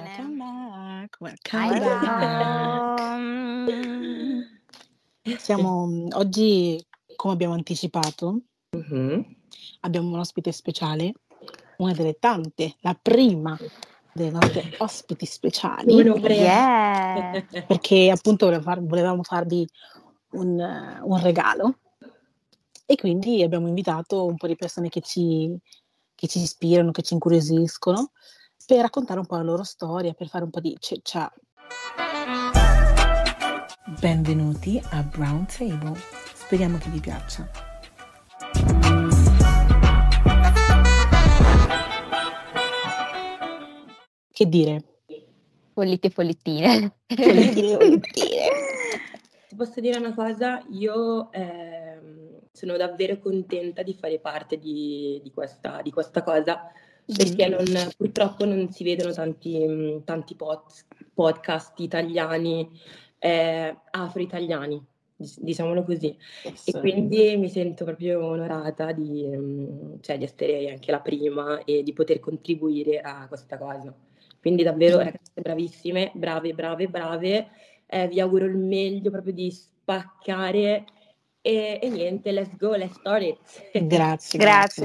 Welcome back, Hi welcome back. Siamo oggi, come abbiamo anticipato, abbiamo un ospite speciale, una delle tante, la prima delle nostre ospiti speciali, Yeah. perché appunto volevamo farvi un regalo e quindi abbiamo invitato un po' di persone che ci ispirano, che ci incuriosiscono, per raccontare un po' la loro storia, per fare un po' di chat. Benvenuti a Brown Table, speriamo che vi piaccia. Che dire? Follitte follittine. Follittine. Ti posso dire una cosa? Io sono davvero contenta di fare parte di questa cosa, perché purtroppo non si vedono tanti podcast italiani, afro-italiani, diciamolo così. Yes. E quindi mi sento proprio onorata di essere anche la prima e di poter contribuire a questa cosa. Quindi davvero ragazze bravissime, brave. Vi auguro il meglio, proprio di spaccare e niente, let's go, let's start it. Grazie.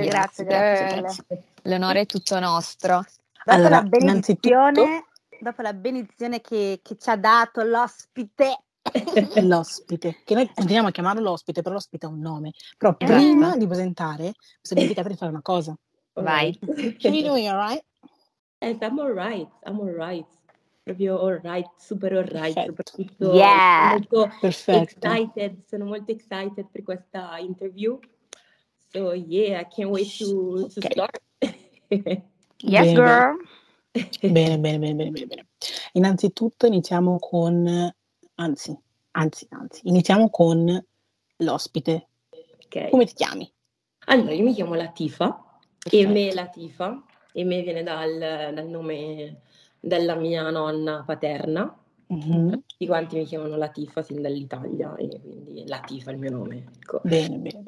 L'onore è tutto nostro. Dopo Allora, la benedizione che ci ha dato l'ospite, che noi continuiamo a chiamarlo l'ospite, però l'ospite ha un nome. Però prima di presentare, mi sono dimenticata di fare una cosa. Vai. How you doing, all right? Yes, I'm all right. Proprio all right, super all right. Perfetto. Soprattutto Yeah. sono molto excited per questa interview. So yeah, I can't wait to start. Yes, girl. Bene. Innanzitutto iniziamo con l'ospite. Okay. Come ti chiami? Allora, io mi chiamo Latifa, Latifa, e me viene dal nome della mia nonna paterna. Tutti quanti mi chiamano Latifa sin dall'Italia, e quindi Latifa è il mio nome. Ecco. Bene.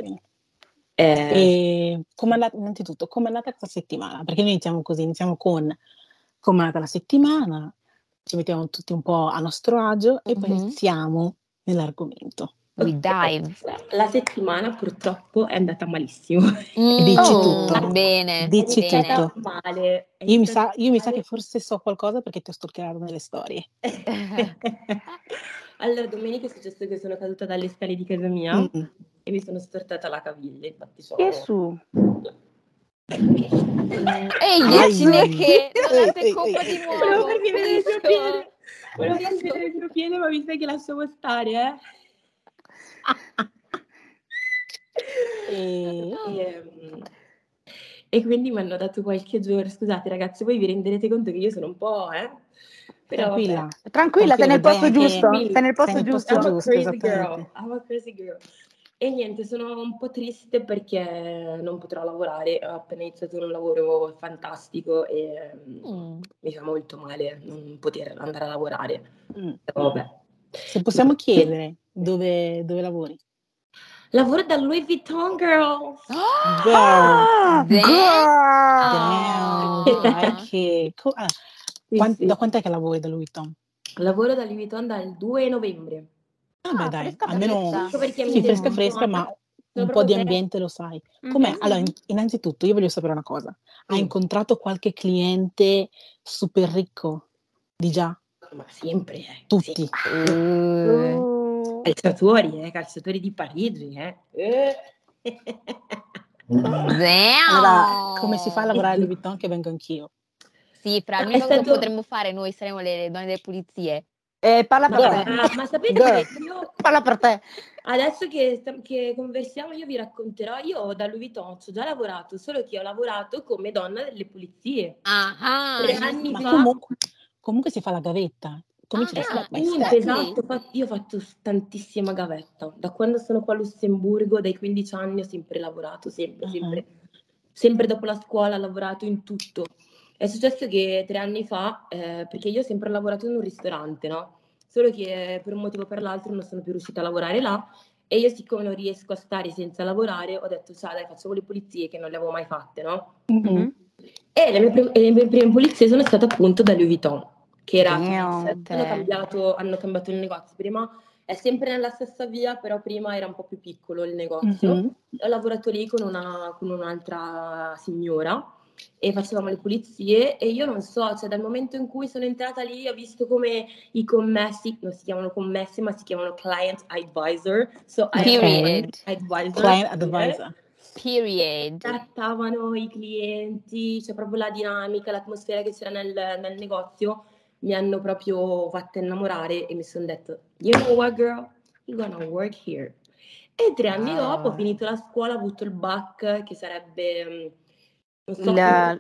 E innanzitutto, com'è andata questa settimana? Perché noi iniziamo con com'è andata la settimana, ci mettiamo tutti un po' a nostro agio e poi iniziamo nell'argomento. We dive. La settimana purtroppo è andata malissimo. Dici tutto. Bene. Dici tutto. Male. Io mi sa che forse so qualcosa perché ti ho stalkerato nelle storie. Allora, domenica è successo che sono caduta dalle scale di casa mia e mi sono stortata la caviglia, infatti Gesù. Ehi, che non date colpa di nuovo. Volevo farvi vedere il mio piede, ma mi sa che lasciamo stare, E quindi mi hanno dato qualche giorno. Scusate ragazzi, voi vi renderete conto che io sono un po', però Tranquilla, sei nel posto giusto. I'm a crazy girl. E niente, sono un po' triste perché non potrò lavorare. Ho appena iniziato un lavoro fantastico e mi fa molto male non poter andare a lavorare. Però vabbè. Se possiamo chiedere dove lavori? Lavoro da Louis Vuitton, girl. Damn. Da quant'è che lavori da Louis Vuitton? Lavoro da Louis Vuitton dal 2 novembre. Beh, dai, almeno fresca, ma un po' di ambiente lo sai. Com'è? Allora, innanzitutto io voglio sapere una cosa. Hai incontrato qualche cliente super ricco di già? Ma sempre, Tutti. Sì. Calciatori di Parigi, Allora, come si fa a lavorare a Louis Vuitton che vengo anch'io? Sì, fra almeno cosa potremmo fare noi, saremo le donne delle pulizie. Parla per te. Ma sapete che io parla per te. Adesso che conversiamo io vi racconterò, io da Louis Vuitton ci ho già lavorato, solo che ho lavorato come donna delle pulizie. 3 anni fa. Comunque si fa la gavetta. Esatto, io ho fatto tantissima gavetta. Da quando sono qua a Lussemburgo, dai 15 anni ho sempre lavorato, sempre dopo la scuola ho lavorato in tutto. È successo che 3 anni fa, perché io ho sempre lavorato in un ristorante, no? Solo che per un motivo o per l'altro non sono più riuscita a lavorare là e io, siccome non riesco a stare senza lavorare, ho detto ciao, dai, facciamo le pulizie che non le avevo mai fatte, no? E le mie prime pulizie sono state appunto da Louis Vuitton. che era Damn. hanno cambiato il negozio. Prima è sempre nella stessa via, però prima era un po' più piccolo il negozio. Mhm. Ho lavorato lì con un'altra signora e facevamo le pulizie e io non so, cioè dal momento in cui sono entrata lì ho visto come i commessi, non si chiamano commessi ma si chiamano client advisor, so Period. advisor, Client advisor. Period. trattavano i clienti, cioè proprio la dinamica, l'atmosfera che c'era nel negozio mi hanno proprio fatto innamorare e mi sono detto, you know what girl, you're gonna work here. E 3 anni dopo ho finito la scuola, ho avuto il BAC che sarebbe, non so,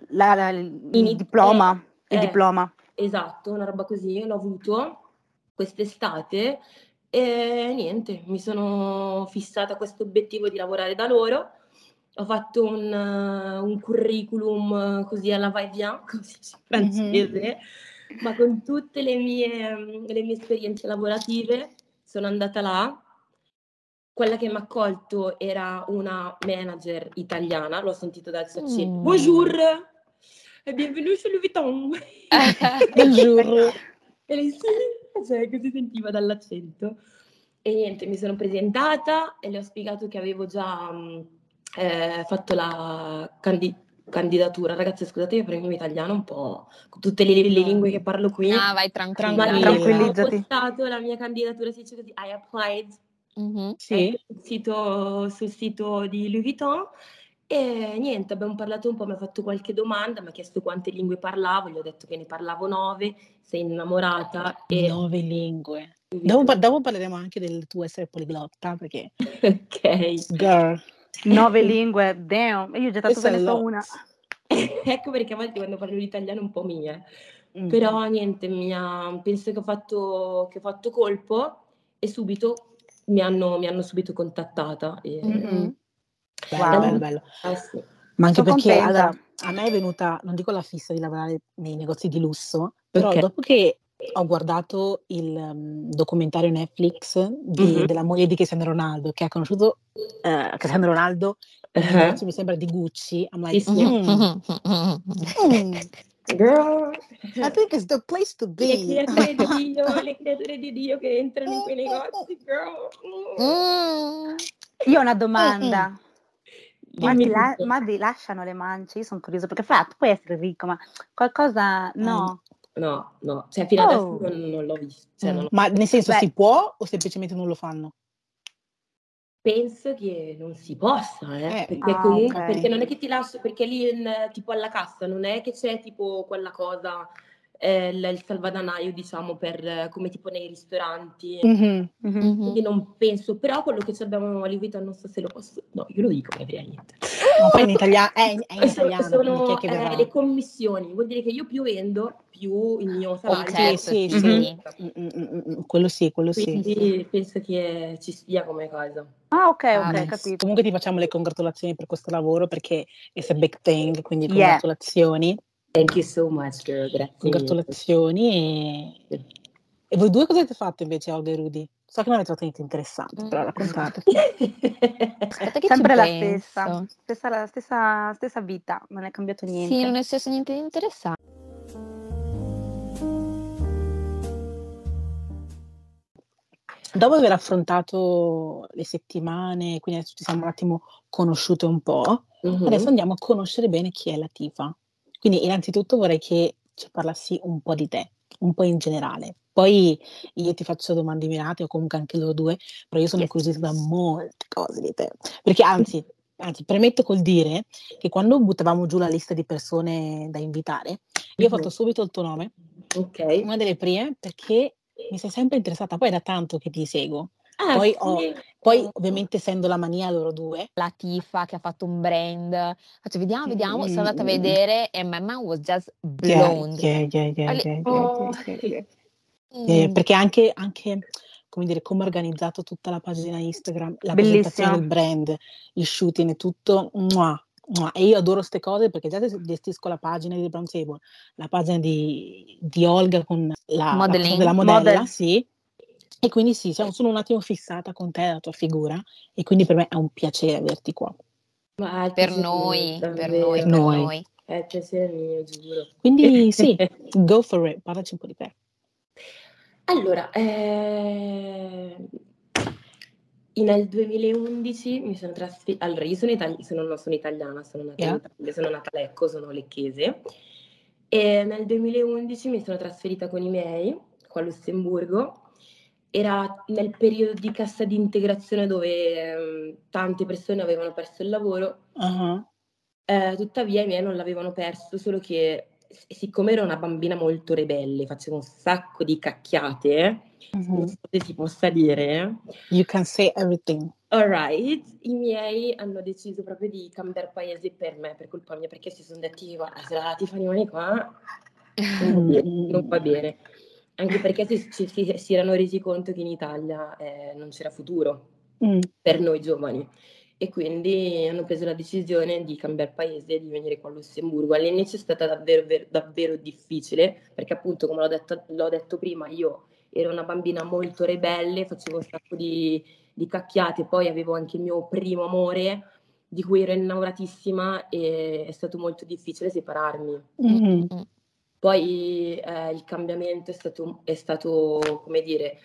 Il diploma. Il diploma. Esatto, una roba così, l'ho avuto quest'estate e niente, mi sono fissata questo obiettivo di lavorare da loro. Ho fatto un curriculum così alla va-et-vient, come si dice in francese, ma con tutte le mie esperienze lavorative sono andata là. Quella che mi ha accolto era una manager italiana, l'ho sentito dal suo accento. Bonjour e bienvenue chez Louis Vuitton. Bonjour. E lei sì, cioè, così sentiva dall'accento. E niente, mi sono presentata e le ho spiegato che avevo già fatto la candidatura. Ragazzi, scusate, io prendo italiano un po' con tutte le lingue che parlo qui. No, vai Ma tranquilla. Tranquillizzati. ho postato la mia candidatura, si dice così, I applied Sì. sul sito di Louis Vuitton e niente, abbiamo parlato un po', mi ha fatto qualche domanda, mi ha chiesto quante lingue parlavo, gli ho detto che ne parlavo 9, sei innamorata e 9 lingue. Dopo parleremo anche del tuo essere poliglotta, perché ok. girl, 9 lingue, damn. Io già tanto questo se è ne so lot. una. Ecco perché a volte quando parlo l'italiano è un po' mia. Però niente, penso che ho fatto colpo e subito mi hanno subito contattata. Bello, bello. Sì. Ma anche Sono perché contenta. allora, a me è venuta, non dico la fissa di lavorare nei negozi di lusso, però Ok. dopo che ho guardato il documentario Netflix della moglie di Cristiano Ronaldo, che ha conosciuto Cristiano Ronaldo in un negozio, mi sembra, di Gucci, I'm like, Girl, I think it's the place to be. le creature di Dio che entrano in quei negozi, girl. Io ho una domanda. Dimmi tutto. Ma vi lasciano le mance? Io sono curiosa perché tu puoi essere ricco, ma qualcosa no. No, cioè fino adesso non l'ho visto. Cioè, non Ma nel senso Beh. si può o semplicemente non lo fanno? penso che non si possa, perché Ah, comunque, ok. perché non è che ti lascio, perché lì tipo alla cassa non è che c'è tipo quella cosa, il salvadanaio, diciamo, per come tipo nei ristoranti. Quindi non penso, però quello che ci abbiamo a Livita non so se lo posso, no, io lo dico, non avrei niente. Ma poi in italiano, è in italiano, quindi chi è Sono che verrà? le commissioni, vuol dire che io più vendo, più il mio salario. Sì, certo, sì. Quello sì. Quindi penso che ci sia come cosa. Ah, ok, Nice. capito. Comunque ti facciamo le congratulazioni per questo lavoro perché it's a big thing, quindi Yeah. congratulazioni. Thank you so much, girl. Grazie. Congratulazioni e voi due cosa avete fatto invece, Olga e Rudy? So che non avete fatto niente interessante, però raccontate. Aspetta che Sempre ci la penso. stessa vita, non è cambiato niente. Sì, non è successo niente di interessante. Dopo aver affrontato le settimane, quindi adesso ci siamo un attimo conosciute un po', adesso andiamo a conoscere bene chi è Latifa. Quindi innanzitutto vorrei che ci parlassi un po' di te, un po' in generale. Poi io ti faccio domande mirate o comunque anche loro due, però io sono incuriosita da molte cose di te. Perché anzi, premetto col dire che quando buttavamo giù la lista di persone da invitare, io ho fatto subito il tuo nome, una delle prime, perché mi sei sempre interessata, poi è da tanto che ti seguo. Poi ovviamente essendo la mania loro due. Latifa che ha fatto un brand. Faccio, vediamo. Sono andata a vedere e my man was just blown. Perché anche come dire, come ha organizzato tutta la pagina Instagram, la presentazione del brand, il shooting e tutto, e io adoro queste cose perché già gestisco la pagina di Brown Table, la pagina di Olga con la cosa della modella, sì, e quindi sì, sono un attimo fissata con te, la tua figura, e quindi per me è un piacere averti qua. Per noi. È il piacere mio, giuro. Quindi sì, go for it, parlaci un po' di te. Allora, nel 2011 mi sono trasferita. Allora, io non sono italiana, sono nata in Italia, sono nata a Lecco, sono lecchese. E nel 2011 mi sono trasferita con i miei qua a Lussemburgo. Era nel periodo di cassa di integrazione dove tante persone avevano perso il lavoro. Tuttavia i miei non l'avevano perso, solo che siccome ero una bambina molto ribelle, facevo un sacco di cacchiate, non so se si possa dire. You can say everything. Alright, i miei hanno deciso proprio di cambiare paese per me, per colpa mia, perché si sono detti, guarda, se la ti rimane qua, non va bene. Anche perché si erano resi conto che in Italia non c'era futuro per noi giovani. E quindi hanno preso la decisione di cambiare paese e di venire qua a Lussemburgo. All'inizio è stata davvero difficile, perché appunto, come l'ho detto prima, io ero una bambina molto ribelle, facevo un sacco di cacchiate, poi avevo anche il mio primo amore, di cui ero innamoratissima, e è stato molto difficile separarmi. Poi il cambiamento è stato come dire,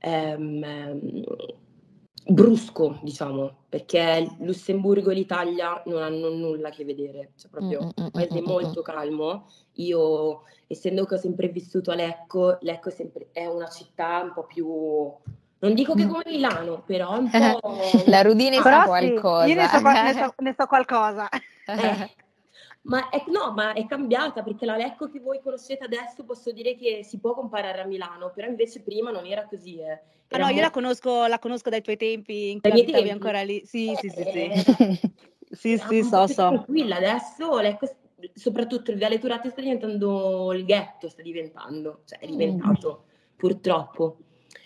brusco, diciamo, perché Lussemburgo e l'Italia non hanno nulla a che vedere, cioè proprio un paese molto calmo. Io, essendo che ho sempre vissuto a Lecco è una città un po' più, non dico che come Milano, però un po'... La Rudine sa Però qualcosa. Sì, io ne so qualcosa. Ma è cambiata, perché la Lecco che voi conoscete adesso posso dire che si può comparare a Milano, però invece prima non era così. No, io la conosco dai tuoi tempi in cui Dai miei abitavi tempi? ancora lì. Sì. Sì, so. Tranquilla, adesso Lecco, soprattutto il Viale Turati, sta diventando il ghetto, sta diventando, cioè è diventato, purtroppo.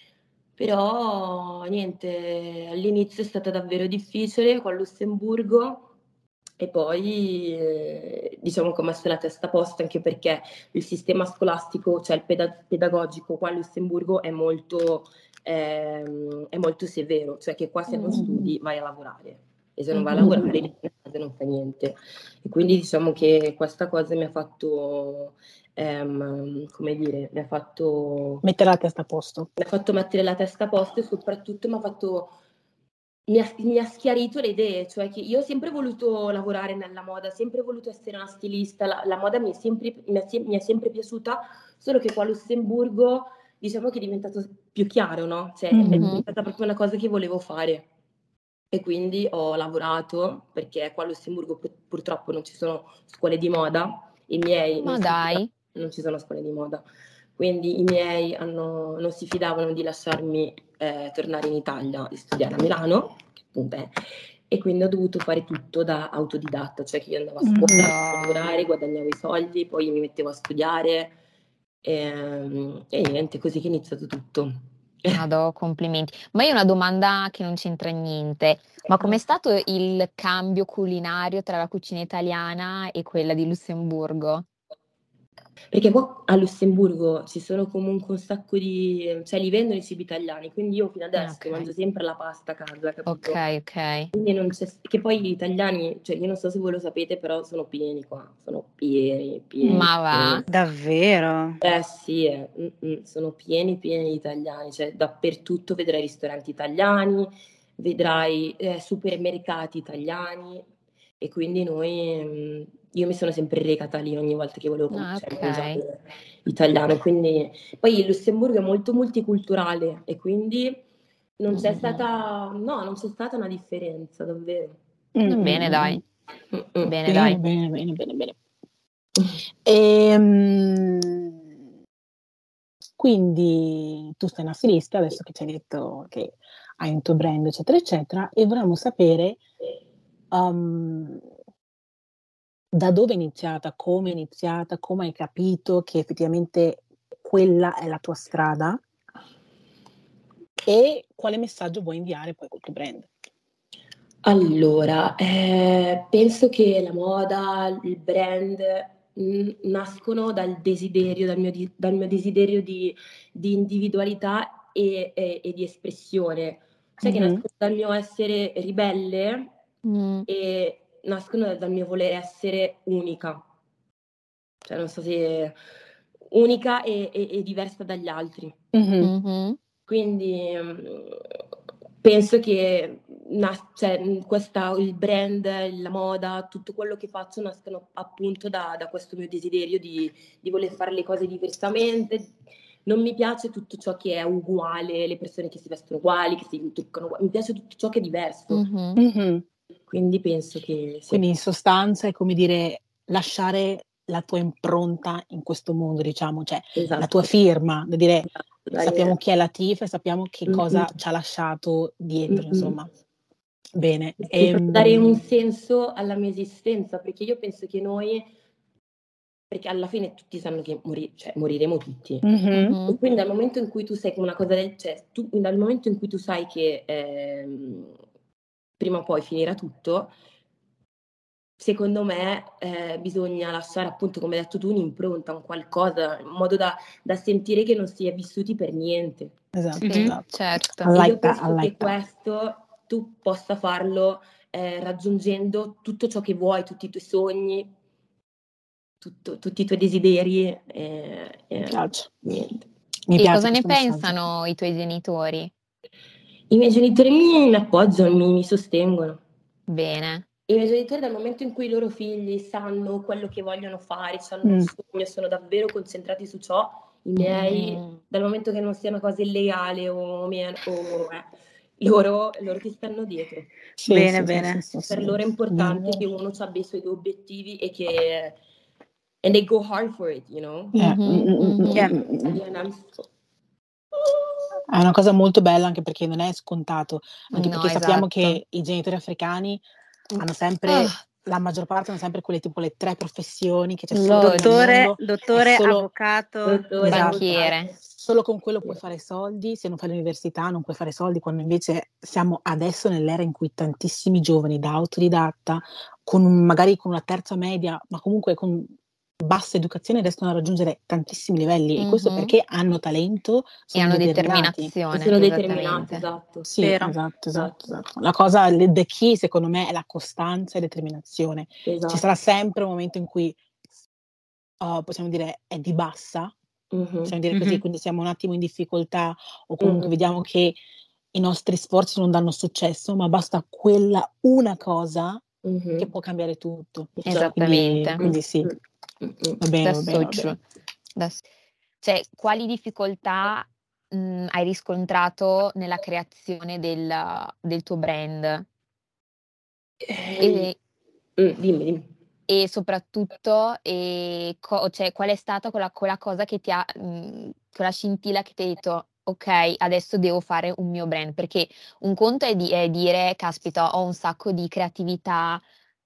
Però niente, all'inizio è stata davvero difficile qua a Lussemburgo, e poi diciamo che ho messo la testa a posto, anche perché il sistema scolastico, cioè il pedagogico qua a Lussemburgo è molto severo, cioè che qua se non studi vai a lavorare, e se non vai a lavorare non fai niente. E quindi diciamo che questa cosa mi ha fatto, come dire, mi ha fatto mettere la testa a posto. Mi ha fatto mettere la testa a posto, e soprattutto mi ha schiarito le idee, cioè che io ho sempre voluto lavorare nella moda, sempre voluto essere una stilista, la moda mi è sempre piaciuta, solo che qua a Lussemburgo diciamo che è diventato più chiaro, no? Cioè è diventata proprio una cosa che volevo fare, e quindi ho lavorato, perché qua a Lussemburgo purtroppo non ci sono scuole di moda, non ci sono scuole di moda. Quindi i miei non si fidavano di lasciarmi tornare in Italia e studiare a Milano, che appunto è, e quindi ho dovuto fare tutto da autodidatta, cioè che io andavo a scuola a lavorare, guadagnavo i soldi, poi mi mettevo a studiare, e niente, così che è iniziato tutto. Madò, complimenti. Ma io ho una domanda che non c'entra niente. Ma com'è stato il cambio culinario tra la cucina italiana e quella di Lussemburgo? Perché qua a Lussemburgo ci sono comunque un sacco cioè li vendono i cibi italiani, quindi io fino adesso mangio sempre la pasta a casa, capito? Ok. Quindi non c'è, che poi gli italiani, cioè io non so se voi lo sapete, però sono pieni qua, sono pieni. Ma va? Davvero? Sì, sono pieni di italiani, cioè dappertutto vedrai ristoranti italiani, vedrai supermercati italiani, e quindi io mi sono sempre recata lì ogni volta che volevo mangiare italiano. Quindi poi il Lussemburgo è molto multiculturale, e quindi non c'è stata una differenza, davvero. Bene, dai. Bene. Quindi tu sei una stilista, adesso che ci hai detto che hai un tuo brand, eccetera, eccetera, e vorremmo sapere da dove è iniziata, come hai capito che effettivamente quella è la tua strada, e quale messaggio vuoi inviare poi col tuo brand. Allora, penso che la moda, il brand nascono dal mio desiderio di individualità e di espressione, cioè che nascono dal mio essere ribelle, e nascono dal mio voler essere unica. cioè non so se unica e diversa dagli altri. Quindi penso che cioè, il brand, la moda, tutto quello che faccio nascono appunto da questo mio desiderio di voler fare le cose diversamente. Non mi piace tutto ciò che è uguale, le persone che si vestono uguali, che si truccano uguali. Mi piace tutto ciò che è diverso. Quindi penso che Quindi in sostanza è come dire lasciare la tua impronta in questo mondo, diciamo, cioè la tua firma, da dire sappiamo chi è Latif e sappiamo che cosa ci ha lasciato dietro, insomma. Bene. Dare un senso alla mia esistenza, perché io penso che noi, perché alla fine tutti sanno che moriremo tutti. E quindi dal momento in cui tu sai che una cosa dal momento in cui tu sai che prima o poi finirà tutto, secondo me bisogna lasciare, appunto, come hai detto tu, un'impronta, un qualcosa, in modo da sentire che non si è vissuti per niente. Esatto. Certo. E io penso che questo tu possa farlo raggiungendo tutto ciò che vuoi, tutti i tuoi sogni, tutti i tuoi desideri. Niente. E cosa ne pensano i tuoi genitori? I miei genitori mi appoggiano, mi sostengono. Bene. I miei genitori, dal momento in cui i loro figli sanno quello che vogliono fare, hanno un sogno, sono davvero concentrati su ciò, i miei, dal momento che non sia una cosa illegale loro ti stanno dietro. Bene. Per loro è importante che uno abbia i suoi obiettivi e che and they go hard for it, you know? È una cosa molto bella, anche perché non è scontato, anche perché sappiamo esatto. che i genitori africani hanno sempre, la maggior parte hanno sempre quelle tipo le 3 professioni che c'è solo dottore, avvocato, banchiere. Solo con quello puoi fare soldi, se non fai l'università non puoi fare soldi, quando invece siamo adesso nell'era in cui tantissimi giovani da autodidatta, magari con una terza media, ma comunque con bassa educazione, riescono a raggiungere tantissimi livelli, e questo perché hanno talento e hanno determinazione. Sono determinati, esatto. Sì, esatto. La cosa, the key secondo me è la costanza e determinazione. Ci sarà sempre un momento in cui possiamo dire è di bassa, possiamo dire così, quindi siamo un attimo in difficoltà o comunque vediamo che i nostri sforzi non danno successo, ma basta quella una cosa che può cambiare tutto. Esattamente. Quindi sì. Va bene. Cioè, quali difficoltà hai riscontrato nella creazione del tuo brand? Dimmi. E soprattutto, cioè, qual è stata quella cosa che ti ha, quella scintilla che ti ha detto, ok, adesso devo fare un mio brand? Perché un conto è dire, caspita, ho un sacco di creatività,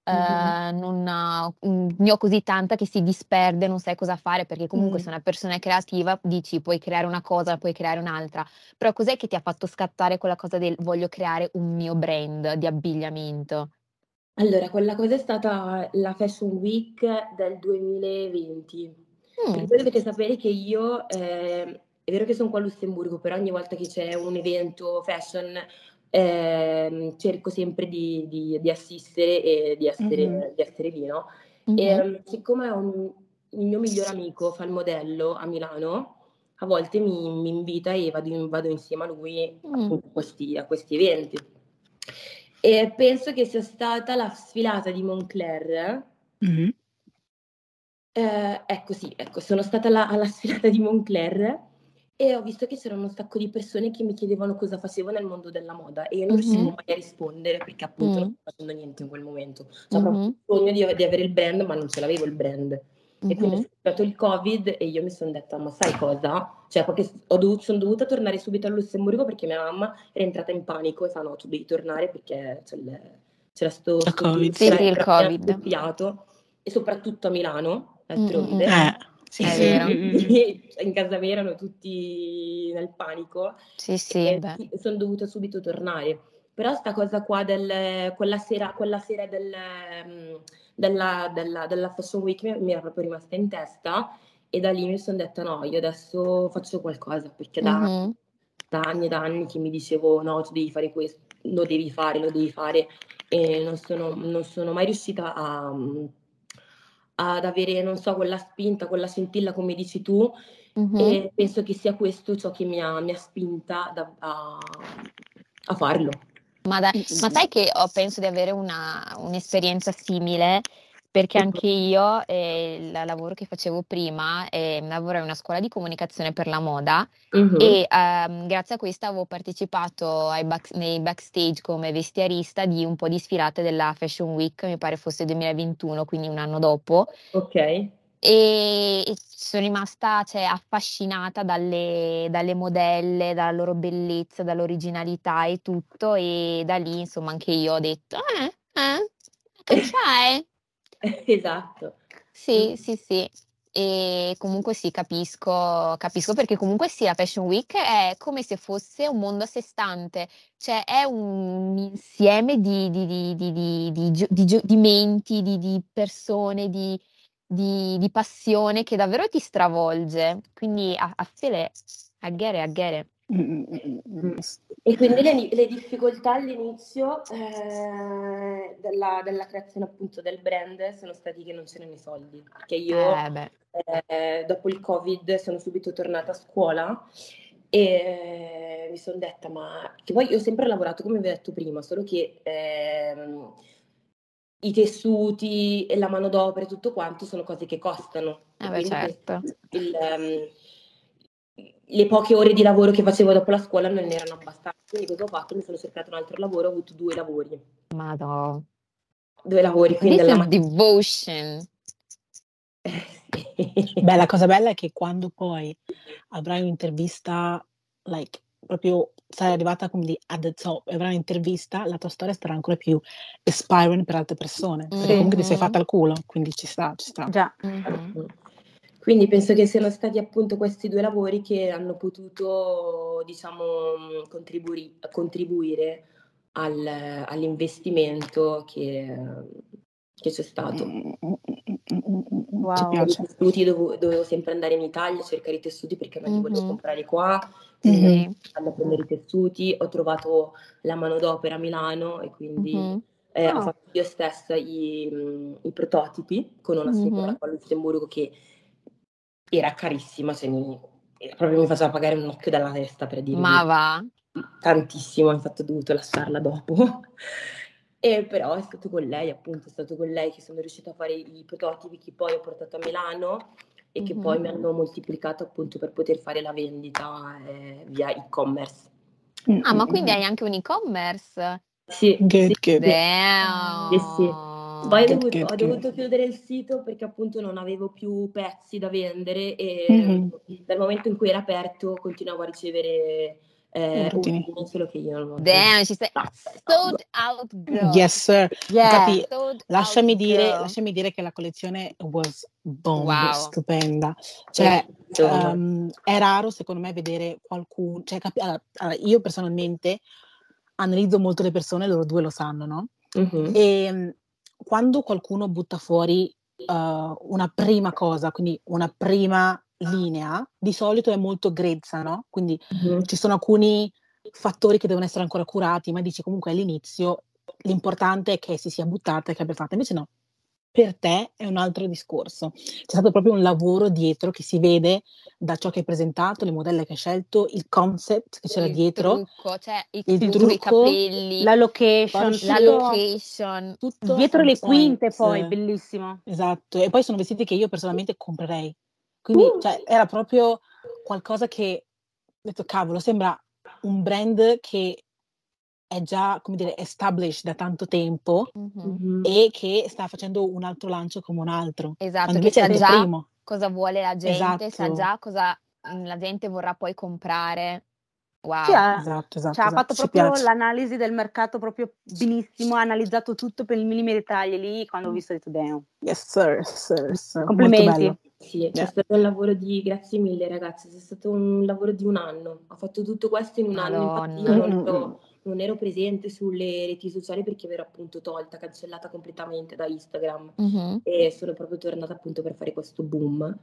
ne ho così tanta che si disperde, non sai cosa fare, perché comunque se una persona è creativa dici puoi creare una cosa, puoi creare un'altra, però cos'è che ti ha fatto scattare quella cosa del voglio creare un mio brand di abbigliamento? Allora, quella cosa è stata la Fashion Week del 2020. Perché voi dovete sapere che io, è vero che sono qua a Lussemburgo, però ogni volta che c'è un evento fashion cerco sempre di assistere e di essere lì, no? E siccome il mio migliore amico fa il modello a Milano, a volte mi invita e vado insieme a lui appunto a questi eventi. E penso che sia stata la sfilata di Moncler. Ecco, sono stata alla sfilata di Moncler e ho visto che c'erano un sacco di persone che mi chiedevano cosa facevo nel mondo della moda e io non riuscivo mai a rispondere perché appunto non stavo facendo niente in quel momento. Cioè, proprio il sogno di avere il brand, ma non ce l'avevo il brand. E quindi è stato il Covid e io mi sono detta, ma sai cosa? Cioè, perché sono dovuta tornare subito a Lussemburgo perché mia mamma era entrata in panico e fa, no, tu devi tornare perché c'era sto Covid. Il Covid. E soprattutto a Milano, d'altronde. È vero. In casa mia erano tutti nel panico. Sì, sono dovuta subito tornare. Però sta cosa qua quella sera della Fashion Week mi era proprio rimasta in testa e da lì mi sono detta no, io adesso faccio qualcosa perché da anni e da anni che mi dicevo no, tu devi fare questo, lo devi fare e non sono mai riuscita ad avere, non so, quella spinta, quella scintilla, come dici tu, Mhm. e penso che sia questo ciò che mi ha spinta a farlo. Ma sai che penso di avere un'esperienza simile, perché anche io, il lavoro che facevo prima, lavorai in una scuola di comunicazione per la moda Mhm. e grazie a questa avevo partecipato nei backstage come vestiarista di un po' di sfilate della Fashion Week, mi pare fosse 2021, quindi un anno dopo. Ok. E sono rimasta, cioè, affascinata dalle modelle, dalla loro bellezza, dall'originalità e tutto, e da lì, insomma, anche io ho detto, I can try. Esatto. Sì, sì, sì. E comunque sì, capisco perché comunque sì, la Fashion Week è come se fosse un mondo a sé stante, cioè è un insieme di menti, di persone, di passione che davvero ti stravolge. Quindi I feel it. I get it. E quindi le difficoltà all'inizio della creazione appunto del brand sono stati che non c'erano i soldi, perché io Beh. dopo il Covid sono subito tornata a scuola e mi sono detta, ma che poi io ho sempre lavorato come vi ho detto prima, solo che i tessuti e la manodopera e tutto quanto sono cose che costano. E Beh, quindi certo. le poche ore di lavoro che facevo dopo la scuola non erano abbastanza. Quindi cosa ho fatto? Mi sono cercato un altro lavoro, ho avuto 2 lavori. Madò. 2 lavori, quindi This alla is mattina. devotion. Beh, la cosa bella è che quando poi avrai un'intervista, like, proprio sarai arrivata quindi at the top e avrai un'intervista, la tua storia sarà ancora più aspiring per altre persone, perché comunque ti sei fatta al culo, quindi ci sta. Già. Quindi penso che siano stati appunto questi 2 lavori che hanno potuto, diciamo, contribuire all'investimento che c'è stato. Wow. Ci Per i piace. tessuti dovevo sempre andare in Italia a cercare i tessuti perché non li volevo comprare qua, Sì. quindi andavo a prendere i tessuti, ho trovato la manodopera a Milano e quindi ho fatto io stessa i prototipi con una signora qua a Lussemburgo che era carissima, cioè proprio mi faceva pagare un occhio dalla testa, per dirvi. Ma va? Tantissimo, infatti ho dovuto lasciarla dopo. E però è stato con lei, appunto, è stato con lei che sono riuscita a fare i prototipi che poi ho portato a Milano e che poi mi hanno moltiplicato appunto per poter fare la vendita via e-commerce. Ma quindi hai anche un e-commerce? Sì, Good. Damn. sì. Poi ho Good. dovuto chiudere il sito perché appunto non avevo più pezzi da vendere e dal momento in cui era aperto continuavo a ricevere ordini. solo che io non ho. Damn, she said, sold out girl. Yes, sir. Yeah. Infatti, Sold lasciami out dire girl. che la collezione was bomb, Wow. stupenda. Cioè, è raro secondo me vedere qualcuno, cioè, allora, io personalmente analizzo molto le persone, loro due lo sanno, no? E quando qualcuno butta fuori una prima cosa, quindi una prima linea, di solito è molto grezza, no? Quindi ci sono alcuni fattori che devono essere ancora curati, ma dici comunque all'inizio l'importante è che si sia buttata e che abbia fatto. Invece no, per te è un altro discorso. C'è stato proprio un lavoro dietro che si vede da ciò che hai presentato, le modelle che hai scelto, il concept che c'era dietro, Il trucco, cioè il il trucco, i trucco, capelli, La location, la location. tutto dietro on le point. quinte poi, bellissimo. Esatto, e poi sono vestiti che io personalmente comprerei. Quindi cioè, era proprio qualcosa che ho detto, cavolo, sembra un brand che è già, come dire, established da tanto tempo e che sta facendo un altro lancio come un altro. Esatto, Quando che invece sa è il già primo. cosa vuole la gente, sa Esatto. già cosa la gente vorrà poi comprare. Wow. Sì, Esatto. ha fatto Ci proprio piace. l'analisi del mercato proprio benissimo, ha analizzato tutto per il minimo dettaglio lì, quando ho visto ho detto damn. Yes, sir. Complimenti. Molto bello. Sì, c'è stato un lavoro grazie mille ragazzi, c'è stato un lavoro di 1 anno, ho fatto tutto questo in 1 anno, infatti io non ero presente sulle reti sociali perché ero appunto cancellata completamente da Instagram e sono proprio tornata appunto per fare questo boom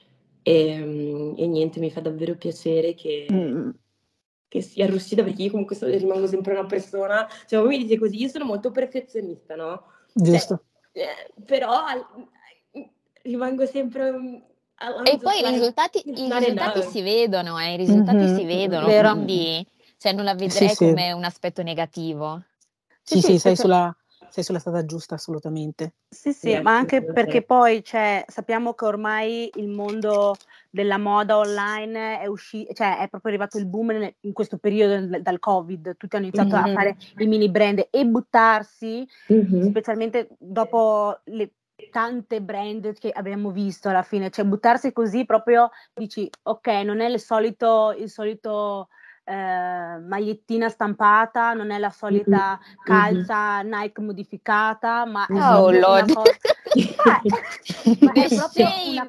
e niente, mi fa davvero piacere che sia riuscita perché io comunque rimango sempre una persona, cioè voi mi dite così, io sono molto perfezionista, no? Giusto. Però rimango sempre E poi i risultati si vedono, Vero. quindi non la Sì, vedrei sì. come un aspetto negativo. Sì, sei perché- sulla strada giusta, assolutamente. Sì, ma anche perché poi sappiamo che ormai il mondo della moda online è uscito, è proprio arrivato il boom in questo periodo dal Covid, tutti hanno iniziato a fare i mini brand e buttarsi, specialmente dopo le tante brand che abbiamo visto alla fine, buttarsi così proprio dici ok, non è il solito magliettina stampata, non è la solita calza Nike modificata, ma è proprio una cosa. Ma è proprio una.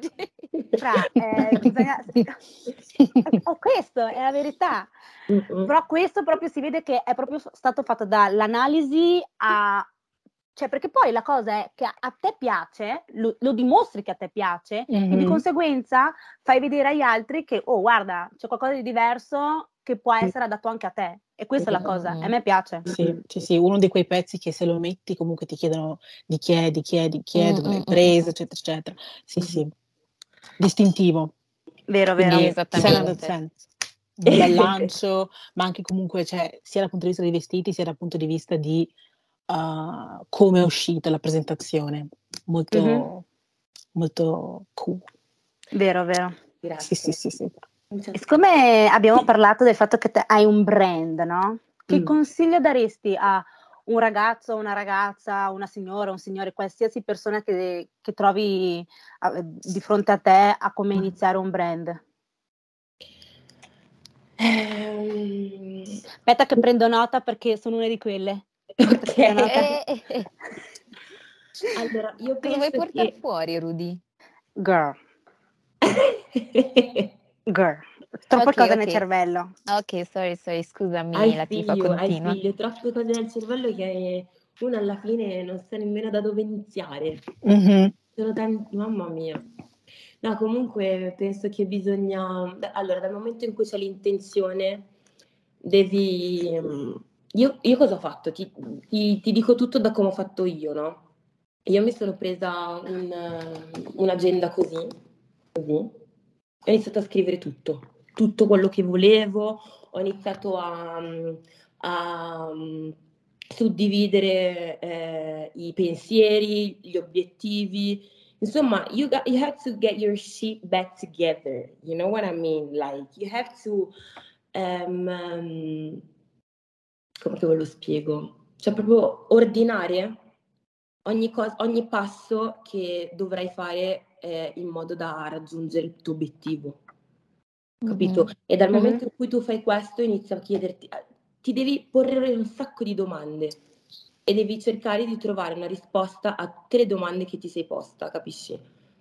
Questo è la verità. Però questo proprio si vede che è proprio stato fatto dall'analisi a. Perché poi la cosa è che a te piace, lo dimostri che a te piace, e di conseguenza fai vedere agli altri che, oh, guarda, c'è qualcosa di diverso che può essere adatto anche a te. E questa è la cosa, a me piace. Sì, uno di quei pezzi che se lo metti comunque ti chiedono di chi è, dove l'hai preso, eccetera, eccetera. Sì. Distintivo. Vero. Esattamente. Un bel lancio, ma anche comunque sia dal punto di vista dei vestiti, sia dal punto di vista di come è uscita la presentazione. Molto, molto cool. Vero. Grazie. Sì. E siccome abbiamo parlato del fatto che hai un brand, no? Che consiglio daresti a un ragazzo, una ragazza, una signora, un signore, qualsiasi persona che trovi di fronte a te a come iniziare un brand? Aspetta che prendo nota perché sono una di quelle. Allora, io Cosa vuoi penso portare che fuori, Rudy? Girl. Troppo cose nel cervello. Ok, sorry, scusami, la tifa continua. Hai figlio, troppe cose nel cervello che uno alla fine non sa nemmeno da dove iniziare. Sono tanti, mamma mia. No, comunque penso che bisogna. Allora, dal momento in cui c'è l'intenzione, devi. Io cosa ho fatto? Ti dico tutto da come ho fatto io, no? Io mi sono presa un'agenda così, ho iniziato a scrivere tutto quello che volevo, ho iniziato a suddividere i pensieri, gli obiettivi. Insomma, you have to get your shit back together. You know what I mean? Like, you have to. Come che ve lo spiego? Cioè, proprio ordinare ogni passo che dovrai fare in modo da raggiungere il tuo obiettivo. Capito? E dal momento in cui tu fai questo, inizia a chiederti, ti devi porre un sacco di domande e devi cercare di trovare una risposta a tutte le domande che ti sei posta, capisci?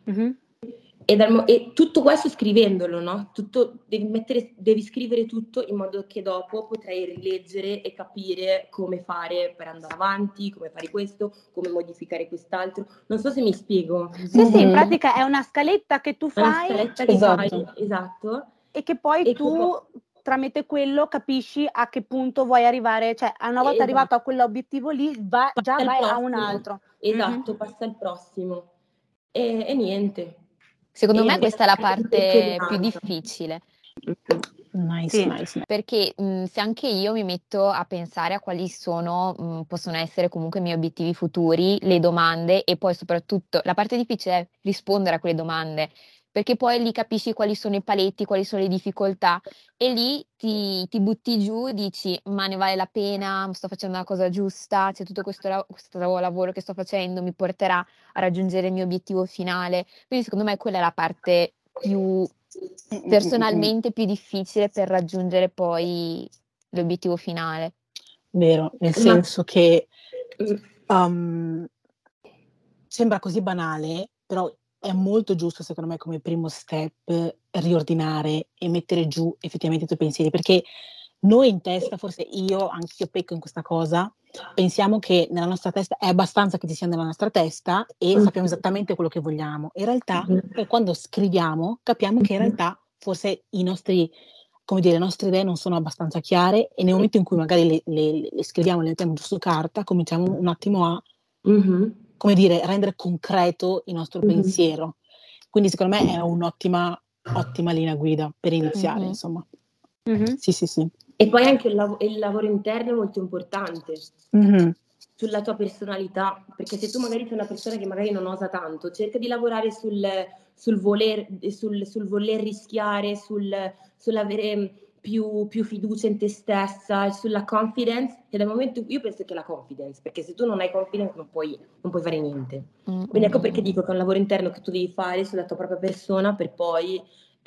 E tutto questo scrivendolo, no? Devi scrivere tutto in modo che dopo potrai rileggere e capire come fare per andare avanti, come fare questo, come modificare quest'altro. Non so se mi spiego. Sì, in pratica è una scaletta che tu fai. Esatto. E che poi tu tramite quello capisci a che punto vuoi arrivare, una volta arrivato a quell'obiettivo lì vai a un altro. Esatto, passa al prossimo. E niente. Secondo me questa è la parte più difficile. Nice. Perché se anche io mi metto a pensare a quali possono essere comunque i miei obiettivi futuri, le domande, e poi soprattutto la parte difficile è rispondere a quelle domande, perché poi lì capisci quali sono i paletti, quali sono le difficoltà, e lì ti butti giù, dici ma ne vale la pena, sto facendo la cosa giusta, c'è tutto questo lavoro che sto facendo mi porterà a raggiungere il mio obiettivo finale. Quindi secondo me quella è la parte più personalmente più difficile per raggiungere poi l'obiettivo finale. Vero, nel senso che sembra così banale, però è molto giusto secondo me come primo step riordinare e mettere giù effettivamente i tuoi pensieri, perché noi in testa, forse anche io pecco in questa cosa, pensiamo che nella nostra testa è abbastanza che ci sia nella nostra testa e sappiamo esattamente quello che vogliamo. In realtà, poi quando scriviamo, capiamo che in realtà forse le nostre idee non sono abbastanza chiare, e nel momento in cui magari le scriviamo, le mettiamo giù su carta, cominciamo un attimo a, come dire, rendere concreto il nostro pensiero. Quindi secondo me è ottima linea guida per iniziare, insomma. Sì. E poi anche il lavoro interno è molto importante sulla tua personalità, perché se tu magari sei una persona che magari non osa tanto, cerca di lavorare sul voler rischiare, sull'avere più fiducia in te stessa, sulla confidence, e dal momento io penso che la confidence, perché se tu non hai confidence non puoi fare niente. Quindi ecco perché dico che è un lavoro interno che tu devi fare sulla tua propria persona per poi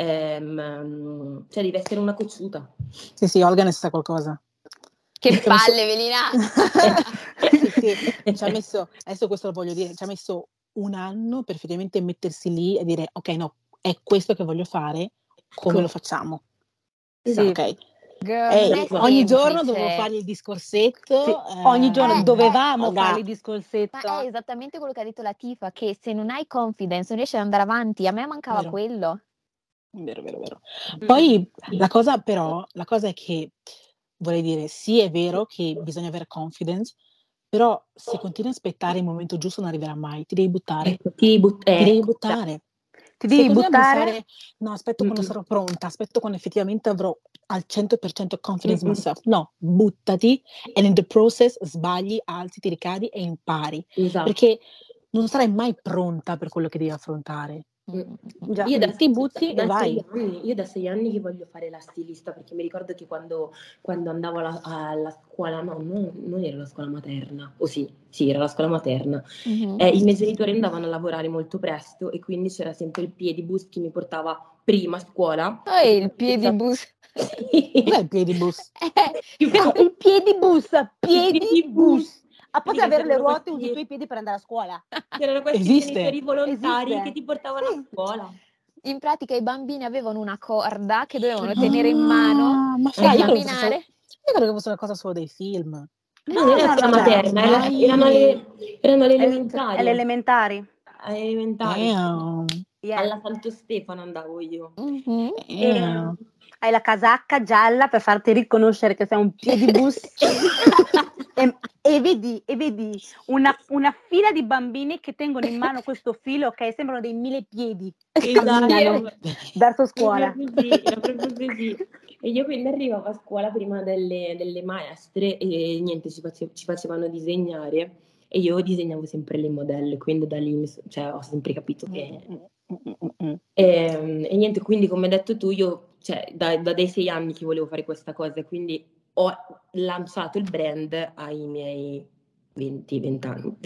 cioè devi essere una cocciuta. Sì, Olga ne sa qualcosa. Che palle, Velina! Ci ha messo, adesso questo lo voglio dire, ci ha messo un anno per effettivamente mettersi lì e dire ok, no, è questo che voglio fare, come lo facciamo? Sì. Ok. Girl, ogni giorno dovevo fargli il discorsetto. Sì, ogni giorno dovevamo Olga. fare il discorsetto. Ma è esattamente quello che ha detto la Tifa, che se non hai confidence non riesci ad andare avanti. A me mancava quello. Vero. Poi la cosa è che vorrei dire, sì, è vero che bisogna avere confidence, però se continui a aspettare il momento giusto non arriverà mai, ti devi buttare. Ti devi buttare. Ti devi buttare. Pensare, no, aspetto quando sarò pronta, aspetto quando effettivamente avrò al 100% confidence in myself. No, buttati e in the process sbagli, alzi, ti ricadi e impari. Esatto. Perché non sarai mai pronta per quello che devi affrontare. Già, io ti butti e vai. Io da 6 anni che voglio fare la stilista, perché mi ricordo che quando andavo alla scuola, no, non era la scuola materna, o sì, era la scuola materna, i miei genitori andavano a lavorare molto presto e quindi c'era sempre il piedibus che mi portava prima a scuola. Il piedibus. Cos'è il piedibus? Il piedibus. Potevi avere le ruote, usi i tuoi piedi per andare a scuola. C'erano questi genitori volontari che ti portavano a scuola. In pratica i bambini avevano una corda che dovevano tenere in mano ma e camminare. Io credo che fosse una cosa solo dei film. Non era la scuola materna, erano le elementari. Alle elementari. Alla Santo Stefano andavo io. Hai la casacca gialla per farti riconoscere che sei un piedibus. e vedi una fila di bambini che tengono in mano questo filo che sembrano dei 1000 piedi che camminano verso scuola. Era proprio così. E io quindi arrivavo a scuola prima delle maestre e niente, ci facevano disegnare e io disegnavo sempre le modelle, quindi da lì ho sempre capito che... E niente, quindi come hai detto tu, io da dei 6 anni che volevo fare questa cosa, quindi ho lanciato il brand ai miei 20 anni.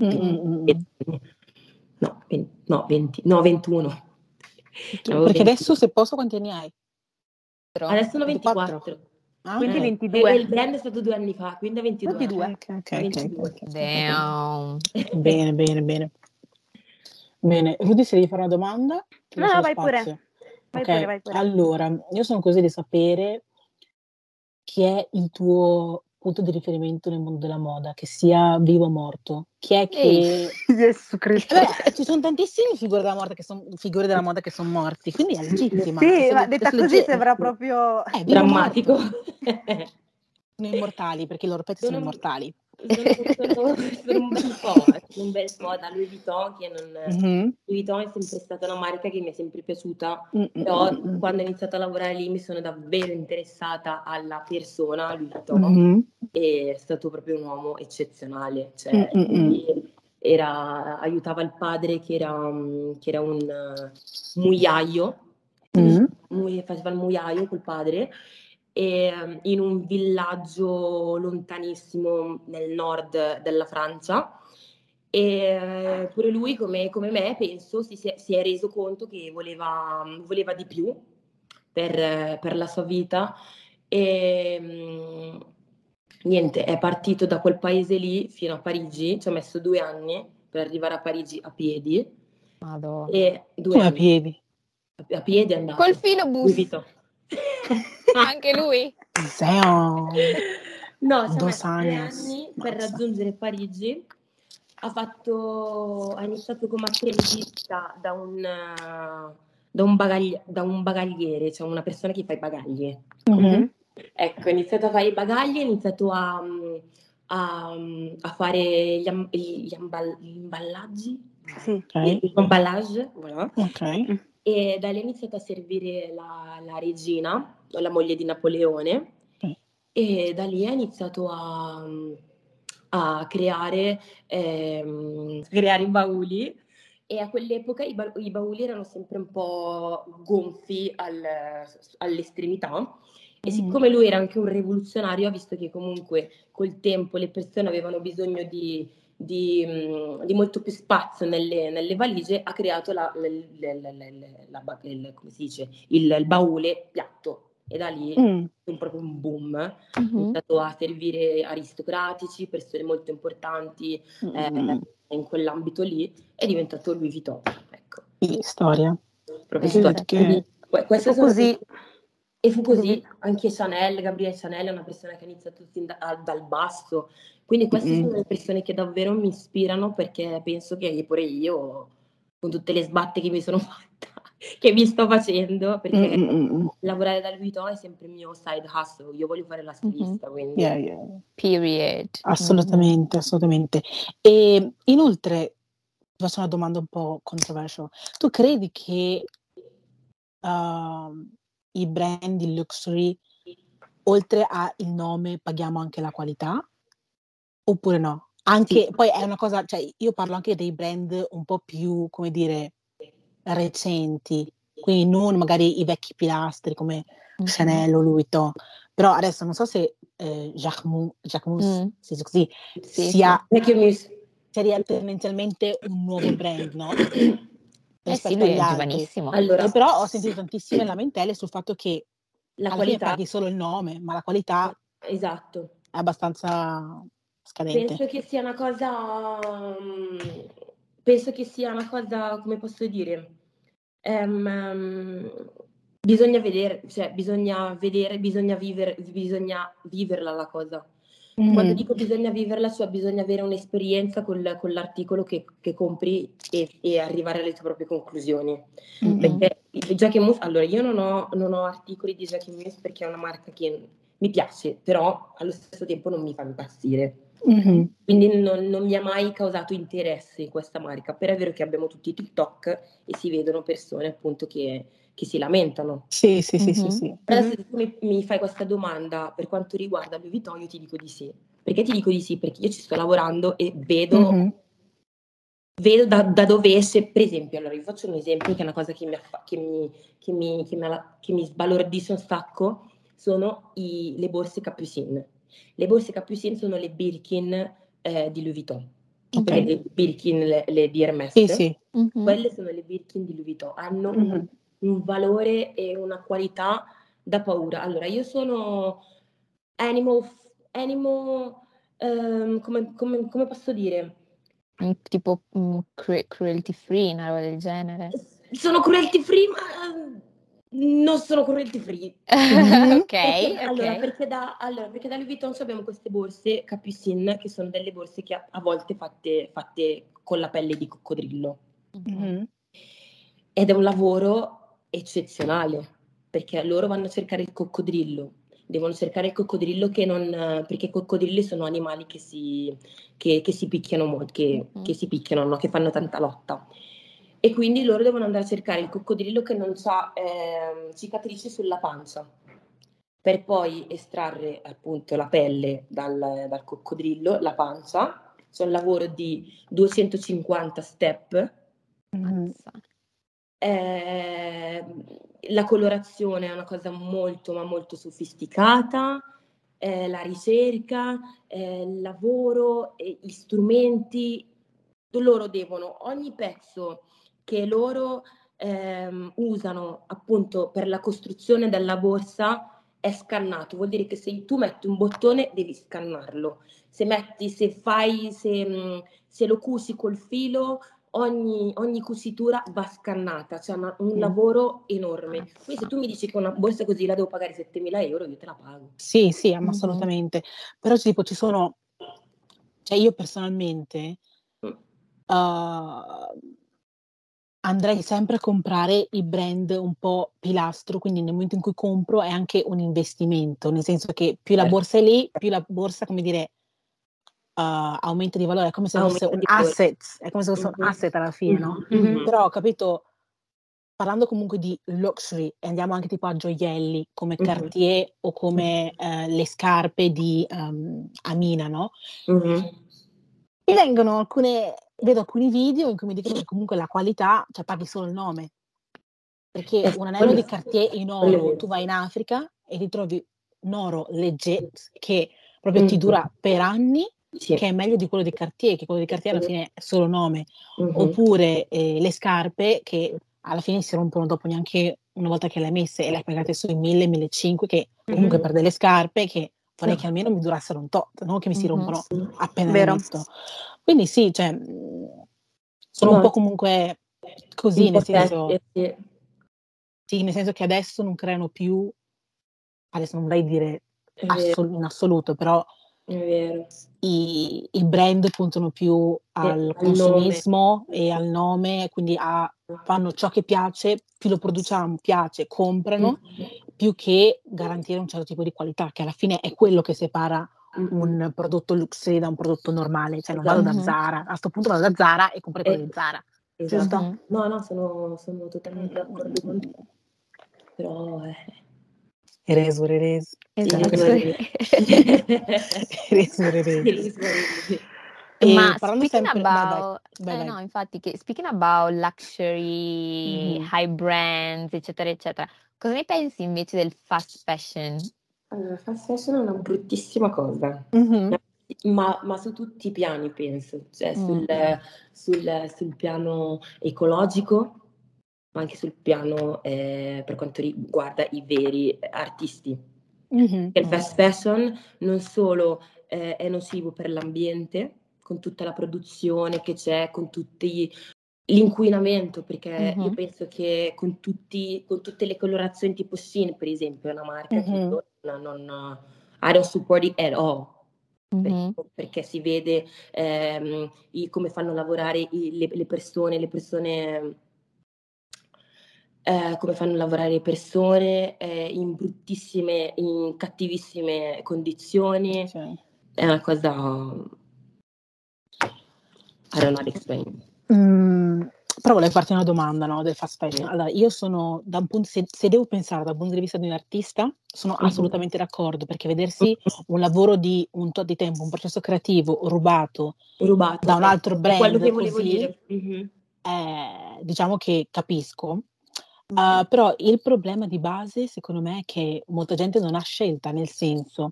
21. Perché adesso, se posso, quanti anni hai? Adesso sono 24. Quindi 22. E il brand è stato 2 anni fa, quindi è 22. Ok. Damn. Bene. Rudy, se devi fare una domanda? No, vai pure. Vai pure. Allora, io sono così di sapere chi è il tuo punto di riferimento nel mondo della moda, che sia vivo o morto. Chi è che... Gesù Cristo. Ci sono tantissime figure della moda che sono morti, quindi è legittima. Sì, ma detta così sembra proprio... drammatico. Sono immortali, perché i loro pezzi sono immortali. Sono un bel po' da Louis Vuitton, Louis Vuitton è sempre stata una marca che mi è sempre piaciuta, però quando ho iniziato a lavorare lì mi sono davvero interessata alla persona Louis Vuitton e è stato proprio un uomo eccezionale, aiutava il padre che era un muiaio, faceva il muiaio col padre, e in un villaggio lontanissimo nel nord della Francia, e pure lui come me penso si è reso conto che voleva di più per la sua vita e niente, è partito da quel paese lì fino a Parigi, ci ha messo 2 anni per arrivare a Parigi a piedi. Madonna. E 2 Come anni. a piedi? A piedi è andato. Col filobus. Anche lui? No, ci ha messo 2 anni per raggiungere Parigi. Ha iniziato come apprendista da un bagagliere, cioè una persona che fa i bagagli. Ecco, ha iniziato a fare i bagagli, ha iniziato a fare gli imballaggi. Sì. Ok. il emballage, voilà. Ok. E da lì ha iniziato a servire la regina, la moglie di Napoleone, Ok. e da lì ha iniziato a creare i bauli. E a quell'epoca i bauli erano sempre un po' gonfi all'estremità, e siccome lui era anche un rivoluzionario, ha visto che comunque col tempo le persone avevano bisogno di molto più spazio nelle valigie, ha creato come si dice, il baule piatto, e da lì è proprio un boom. Ha iniziato a servire aristocratici, persone molto importanti in quell'ambito lì, è diventato Louis Vuitton. Ecco. Storia. Proprio Sì, storia. che- Queste Fu sono così. E fu così anche Chanel, Gabrielle Chanel è una persona che ha iniziato sin dal basso. Quindi queste sono le persone che davvero mi ispirano, perché penso che pure io, con tutte le sbatte che mi sono fatta, che mi sto facendo, perché lavorare da Louis Vuitton è sempre il mio side hustle. Io voglio fare la stilista, quindi... Yeah. Period. Assolutamente, assolutamente. E inoltre, ti faccio una domanda un po' controversial. Tu credi che i brand di luxury, oltre al nome, paghiamo anche la qualità? Oppure no? Anche, poi è una cosa, cioè io parlo anche dei brand un po' più, come dire, recenti, quindi non magari i vecchi pilastri come Chanel o Louis Vuitton, però adesso non so se Jacquemus, si dice così, sia tendenzialmente un nuovo brand, no? Rispetto lui agli è altri. giovanissimo. Allora, E però ho sentito tantissime lamentele sul fatto che la alla qualità... fine paghi solo il nome, ma la qualità Esatto. è abbastanza scadente. Penso che sia una cosa, come posso dire, bisogna vedere, cioè bisogna viverla la cosa. Quando dico bisogna viverla, cioè bisogna avere un'esperienza con l'articolo che compri e arrivare alle tue proprie conclusioni. Perché Jacquemus, allora io non ho articoli di Jacquemus perché è una marca che mi piace, però allo stesso tempo non mi fa impazzire. Quindi non mi ha mai causato interesse questa marca, però è vero che abbiamo tutti TikTok e si vedono persone appunto che si lamentano. Sì. Adesso se tu mi fai questa domanda per quanto riguarda Louis Vuitton, io ti dico di sì. Perché ti dico di sì? Perché io ci sto lavorando e vedo da dove esce. Per esempio, allora vi faccio un esempio che è una cosa che mi sbalordisce un sacco, sono le borse Capucine. Le borse Capucine sono le Birkin di Louis Vuitton. Okay. Le Birkin, le di Hermès. Sì. Quelle sono le Birkin di Louis Vuitton. Hanno un valore e una qualità da paura. Allora, io sono animal come posso dire? Tipo cruelty free, una roba del genere. Sono cruelty free, ma non sono cruelty free. Ok. Allora, perché da Louis Vuitton abbiamo queste borse Capucine, che sono delle borse che a volte fatte con la pelle di coccodrillo. Ed è un lavoro eccezionale, perché loro vanno a cercare il coccodrillo. Devono cercare il coccodrillo perché i coccodrilli sono animali che si picchiano molto, che si picchiano, no? Che fanno tanta lotta. E quindi loro devono andare a cercare il coccodrillo che non ha cicatrici sulla pancia, per poi estrarre appunto la pelle dal coccodrillo, la pancia. C'è un lavoro di 250 step. La colorazione è una cosa molto ma molto sofisticata, la ricerca, il lavoro, gli strumenti. Loro devono, ogni pezzo che loro usano appunto per la costruzione della borsa è scannato, vuol dire che se tu metti un bottone devi scannarlo, se lo cuci col filo, ogni cucitura va scannata, c'è un lavoro enorme. Quindi se tu mi dici che una borsa così la devo pagare 7.000 euro, io te la pago. Sì, assolutamente. Però tipo ci sono, cioè io personalmente andrei sempre a comprare i brand un po' pilastro, quindi nel momento in cui compro è anche un investimento, nel senso che più la borsa è lì, più la borsa, come dire, aumenta di valore, è come se fosse Aumenta un di valore. asset, è come se fosse un Mhm. asset alla fine, no? Mhm. Però, capito, parlando comunque di luxury, e andiamo anche tipo a gioielli come Mhm. Cartier o come le scarpe di Amina, no? Mhm. Mi vengono vedo alcuni video in cui mi dicono che comunque la qualità, cioè paghi solo il nome. Perché un anello di Cartier in oro, tu vai in Africa e ti trovi un oro legit che proprio ti dura per anni, Sì. che è meglio di quello di Cartier, che quello di Cartier alla fine è solo nome. Mhm. Oppure le scarpe che alla fine si rompono dopo neanche una volta che le hai messe e le hai pagate sui 1.000-1.500, che comunque per delle scarpe che vorrei che almeno mi durassero un tot, non che mi si rompono appena le Vero. metto. Quindi sì, cioè, sono un po' comunque così, nel senso, sì, nel senso che adesso non creano più, adesso non vorrei dire È vero, in assoluto, però è vero. i brand puntano più al al consumismo e al nome, quindi fanno ciò che piace, più lo produciamo, piace, comprano, più che garantire un certo tipo di qualità, che alla fine è quello che separa un prodotto luxury da un prodotto normale. Cioè non vado da Zara, a questo punto vado da Zara e compro quello di Zara. Esatto. Giusto? No, sono totalmente d'accordo con te. Però It is what it is. Esatto. It is what it is. E Ma parlando speaking sempre, about, vai. no, infatti, speaking about luxury, high brands, eccetera, eccetera, cosa ne pensi invece del fast fashion? Allora, fast fashion è una bruttissima cosa, ma su tutti i piani penso, cioè sul piano ecologico, ma anche sul piano per quanto riguarda i veri artisti. Il fast fashion non solo è nocivo per l'ambiente, con tutta la produzione che c'è, con tutti l'inquinamento, perché io penso che con tutte le colorazioni tipo Shein, per esempio, è una marca che io I don't support it at all. Perché si vede come fanno lavorare le persone come fanno lavorare le persone in bruttissime, in cattivissime condizioni. Sì. È una cosa I don't know how to explain. Però volevo farti una domanda, no, del fast fashion. Allora, io sono, se devo pensare dal punto di vista di un artista, sono assolutamente d'accordo, perché vedersi un lavoro di un tot di tempo, un processo creativo rubato da un altro brand, quello che volevo così, dire. diciamo che capisco. Però il problema di base, secondo me, è che molta gente non ha scelta, nel senso,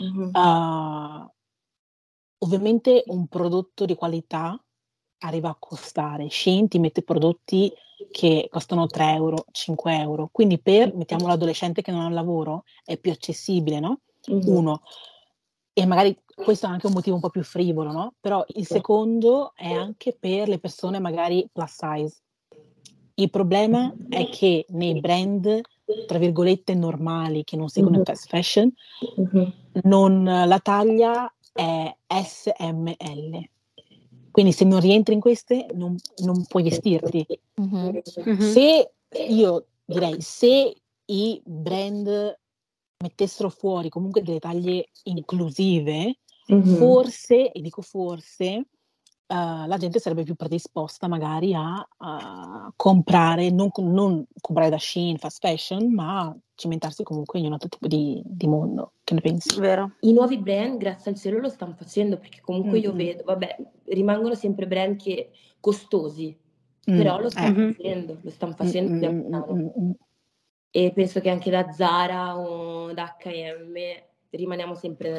ovviamente un prodotto di qualità arriva a costare. Shein ti mette prodotti che costano 3 euro, 5 euro, quindi mettiamo l'adolescente che non ha un lavoro, è più accessibile, no? Uno, e magari questo è anche un motivo un po' più frivolo, no? Però il secondo è anche per le persone magari plus size. Il problema è che nei brand, tra virgolette, normali, che non seguono il fast fashion, la taglia è SML. Quindi se non rientri in queste, non puoi vestirti. Se io direi, se i brand mettessero fuori comunque delle taglie inclusive, forse, e dico forse, la gente sarebbe più predisposta magari a comprare, non comprare da Shein, fast fashion, ma cimentarsi comunque in un altro tipo di mondo. Che ne pensi? Vero. I nuovi brand, grazie al cielo, lo stanno facendo, perché comunque io vedo, vabbè, rimangono sempre brand costosi, però lo stanno facendo pian piano. E penso che anche da Zara o da H&M rimaniamo sempre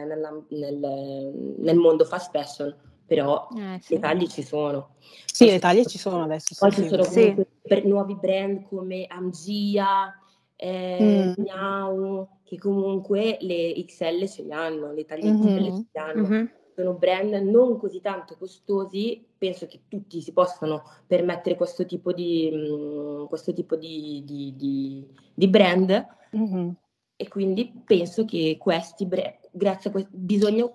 nel mondo fast fashion, però le taglie ci sono. Sì, le taglie ci sono adesso. Poi ci sono comunque nuovi brand come Amgia, Miau, che comunque le XL ce li hanno, le taglie XL ce li hanno. Sono brand non così tanto costosi, penso che tutti si possano permettere questo tipo di brand, e quindi penso che questi brand, grazie a bisogna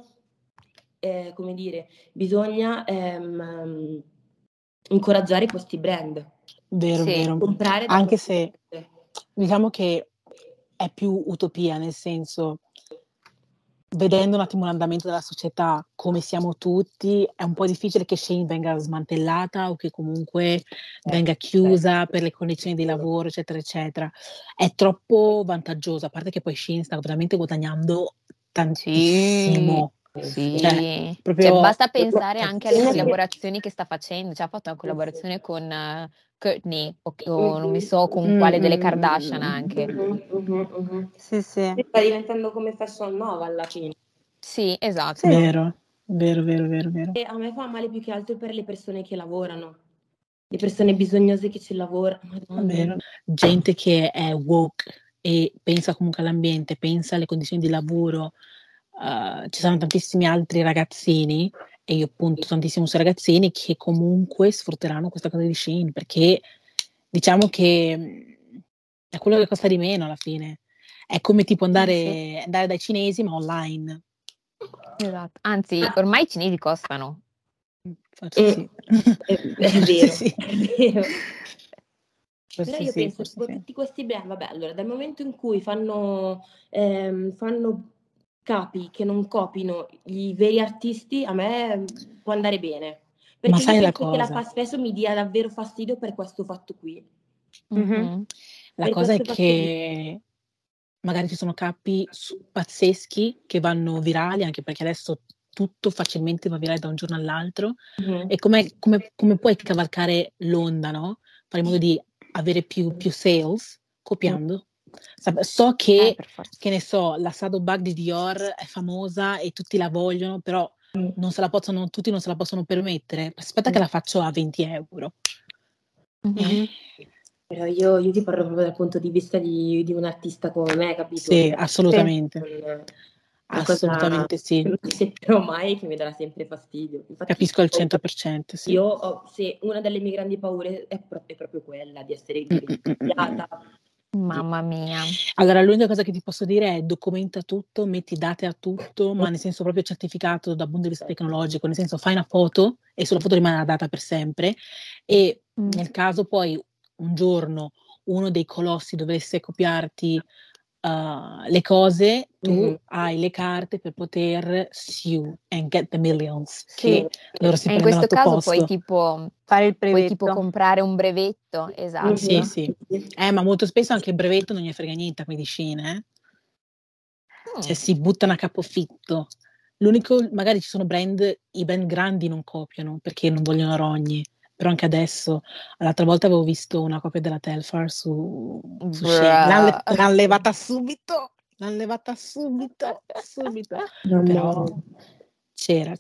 incoraggiare questi brand. Vero. Comprare anche se diciamo che è più utopia, nel senso, vedendo un attimo l'andamento della società, come siamo tutti, è un po' difficile che Shein venga smantellata o che comunque venga chiusa per le condizioni di lavoro, eccetera, eccetera. È troppo vantaggiosa, a parte che poi Shein sta veramente guadagnando tantissimo. Sì, proprio basta pensare anche alle tantissimo. collaborazioni che sta facendo. Cioè, ha fatto una collaborazione con Kourtney o non mi so con quale delle Kardashian anche. Sì, sì. Sta diventando come Fashion Nova alla fine. Sì, esatto. Sì. Vero. E a me fa male più che altro per le persone che lavorano, le persone bisognose che ci lavorano. Vero. Gente che è woke e pensa comunque all'ambiente, pensa alle condizioni di lavoro. Ci sono tantissimi altri ragazzini, e io punto tantissimo sui ragazzini, che comunque sfrutteranno questa cosa di Shein, perché diciamo che è quello che costa di meno alla fine. È come tipo andare dai cinesi ma online. Esatto. Anzi, ormai i cinesi costano. Forse sì. È vero, sì. è vero. Forse Però io sì, penso forse che sì. tutti questi brand, vabbè, allora, dal momento in cui fanno capi che non copino i veri artisti, a me può andare bene. Perché Ma sai io la penso che la cosa? fast fashion mi dia davvero fastidio per questo fatto qui. Mhm. La Per cosa è questo fatto qui. che magari ci sono capi pazzeschi che vanno virali, anche perché adesso tutto facilmente va virale da un giorno all'altro. Mhm. E come puoi cavalcare l'onda, no? Fare in modo di avere più sales copiando. So che Per forza. ne so, la Saddlebag di Dior è famosa e tutti la vogliono, però tutti non se la possono permettere. Aspetta che la faccio a 20 euro. Mhm. Però io ti parlo proprio dal punto di vista di un artista come me, capito? Sì, assolutamente. Una cosa Assolutamente sì. che non accetterò mai, che mi darà sempre fastidio. Infatti, Capisco al 100%, sì. se una delle mie grandi paure è proprio quella di essere copiata. Mamma mia. Allora, l'unica cosa che ti posso dire è: documenta tutto, metti date a tutto, ma nel senso proprio certificato dal punto di vista tecnologico, nel senso fai una foto e sulla foto rimane la data per sempre, e nel caso poi un giorno uno dei colossi dovesse copiarti le cose, tu hai le carte per poter sue and get the millions, che loro si E in prendono questo al tuo caso posto. puoi tipo fare il puoi tipo brevetto. comprare un brevetto, esatto. Sì, sì. Ma molto spesso anche il brevetto non gli frega niente a quelli di Shein, Cioè si buttano a capofitto. L'unico, magari ci sono i brand grandi non copiano perché non vogliono rogni, però anche adesso, l'altra volta avevo visto una copia della Telfar su Shein, l'hanno levata subito, però c'era.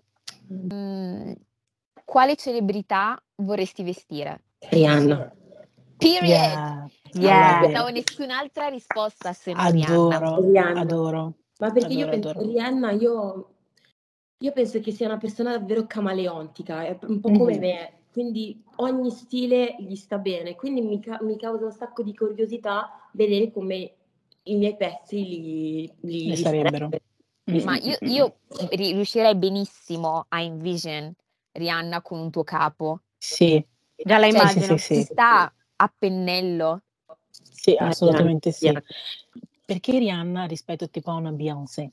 Quale celebrità vorresti vestire? Rihanna. Period. Non aspettavo nessun'altra risposta se non Rihanna. Adoro. Ma perché io adoro. Rihanna, io penso che sia una persona davvero camaleontica, è un po' come me, quindi ogni stile gli sta bene, quindi mi causa un sacco di curiosità vedere come i miei pezzi Le sarebbero. Ma io riuscirei benissimo a envision Rihanna con un tuo capo. Sì. Già la immagino. Sì. Ci sta a pennello. Sì, assolutamente sì. Perché Rihanna rispetto tipo a una Beyoncé?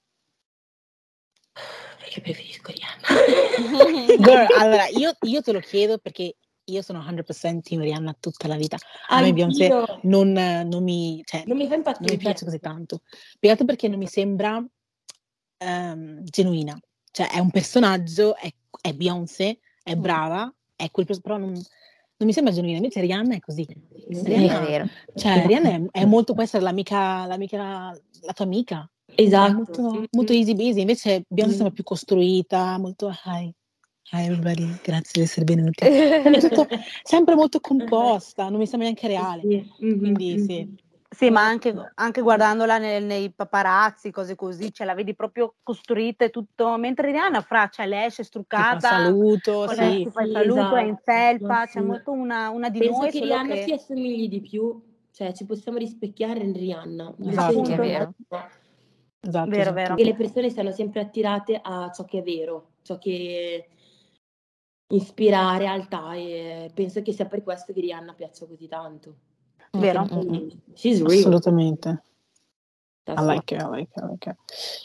Perché preferisco Rihanna. Girl, allora io te lo chiedo perché io sono 100% team Rihanna tutta la vita. A me Beyoncé non mi fa impazzire, non mi piace così tanto. Peccato perché non mi sembra genuina. Cioè è un personaggio, è Beyoncé, è brava, è quel però non mi sembra genuina. Invece Rihanna è così. Rihanna, è vero. Cioè Rihanna è molto, può essere l'amica, la tua amica. Esatto. Cioè, molto easy busy. Invece Beyoncé sembra più costruita, molto hi everybody, grazie di essere venuti. Sempre molto composta, non mi sembra neanche reale. Quindi sì. Sì, ma anche guardandola nei paparazzi, cose così, cioè la vedi proprio costruita e tutto, mentre Rihanna cioè lei esce struccata, ti fa saluto, ti fa il saluto, è in felpa, c'è molto una di penso noi, che solo Rihanna che ci assomigli di più, cioè ci possiamo rispecchiare in Rihanna. Esatto. Sì, è vero. Esatto, vero. E le persone siano sempre attirate a ciò che è vero, ciò che ispira realtà, e penso che sia per questo che Rihanna piaccia così tanto. Vero? She's real. Assolutamente. That's I like it.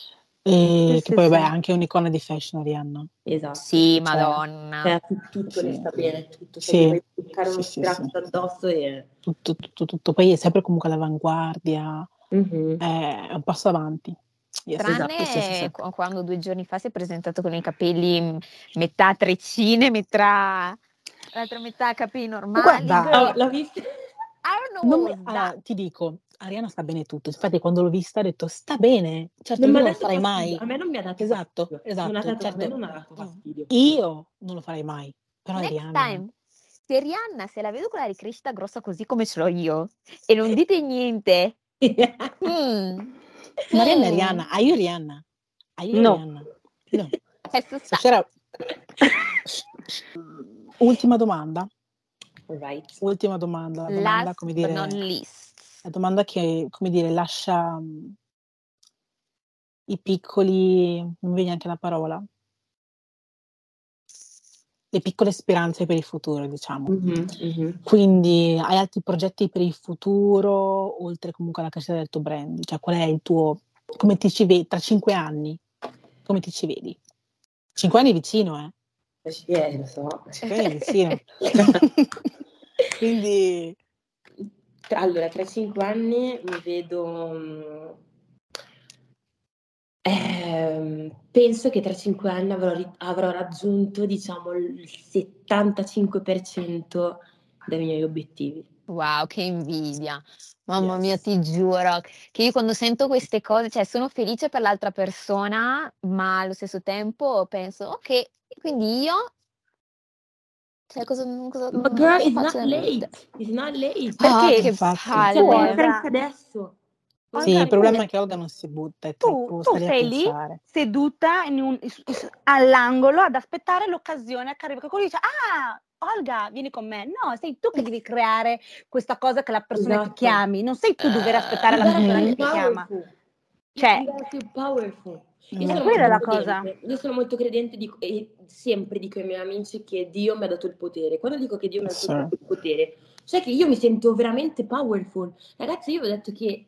E Sì, che poi, sì. vabbè, è anche un'icona di fashion, Arianna. Esatto. Sì, Cioè, madonna. Tutto le sì. sta bene, tutto. Se Sì. gli vuoi buttare uno Sì, sì, strappo sì. addosso e... Tutto. Poi è sempre comunque all'avanguardia, Mhm. è un passo avanti. Yes, Tranne esatto, sì. quando 2 giorni fa si è presentato con i capelli metà treccine, l'altra metà capelli normali. Guarda, Girl, l'ho vista. I don't know what was that. ti dico, Ariana sta bene tutto. Infatti, quando l'ho vista, ho detto sta bene. Certo, Non io mi ha non lo dato farei fastidio. mai. A me non mi ha dato Esatto, fastidio. Non ha esatto. dato, a me Certo, non ha dato fastidio. io non lo farei mai. Però Next Ariana. time, se Rihanna, se la vedo con la ricrescita grossa così come ce l'ho io, e non dite niente. Marianna e Rihanna, hai io Rihanna? No. Rihanna? No. Adesso sta. Stasera... Ultima domanda. Right. Ultima domanda. La domanda, Last come but dire, not least. la domanda che, come dire, lascia i piccoli, non mi viene neanche la parola, le piccole speranze per il futuro, diciamo. Quindi hai altri progetti per il futuro, oltre comunque alla crescita del tuo brand? Cioè, qual è il tuo, come ti ci vedi tra 5 anni? Come ti ci vedi? 5 anni vicino, Lo so. 5 anni vicino. Quindi... Allora, tra 5 anni mi vedo... penso che tra 5 anni avrò raggiunto, diciamo, il 75% dei miei obiettivi. Wow, che invidia. Mamma mia, ti giuro che io quando sento queste cose, cioè sono felice per l'altra persona, ma allo stesso tempo penso, ok, quindi io, cioè cosa But girl, cosa it's faccio not nella vita? late. It's not late. Ah, che infatti. Cioè, puoi palle. iniziare anche adesso. Sì, il problema è che Olga non si butta, è troppo, Tu sta lì a sei lì pensare. seduta all'angolo ad aspettare l'occasione che arriva qualcuno dice Olga vieni con me, no, sei tu che devi creare questa cosa che la persona Esatto. ti chiami, non sei tu dover aspettare la persona che ti chiama, cioè You gotta feel powerful. quella è la cosa. Io sono molto credente e sempre dico ai miei amici che Dio mi ha dato il potere. Quando dico che Dio mi ha dato il potere, cioè che io mi sento veramente powerful. Ragazzi, io avevo detto che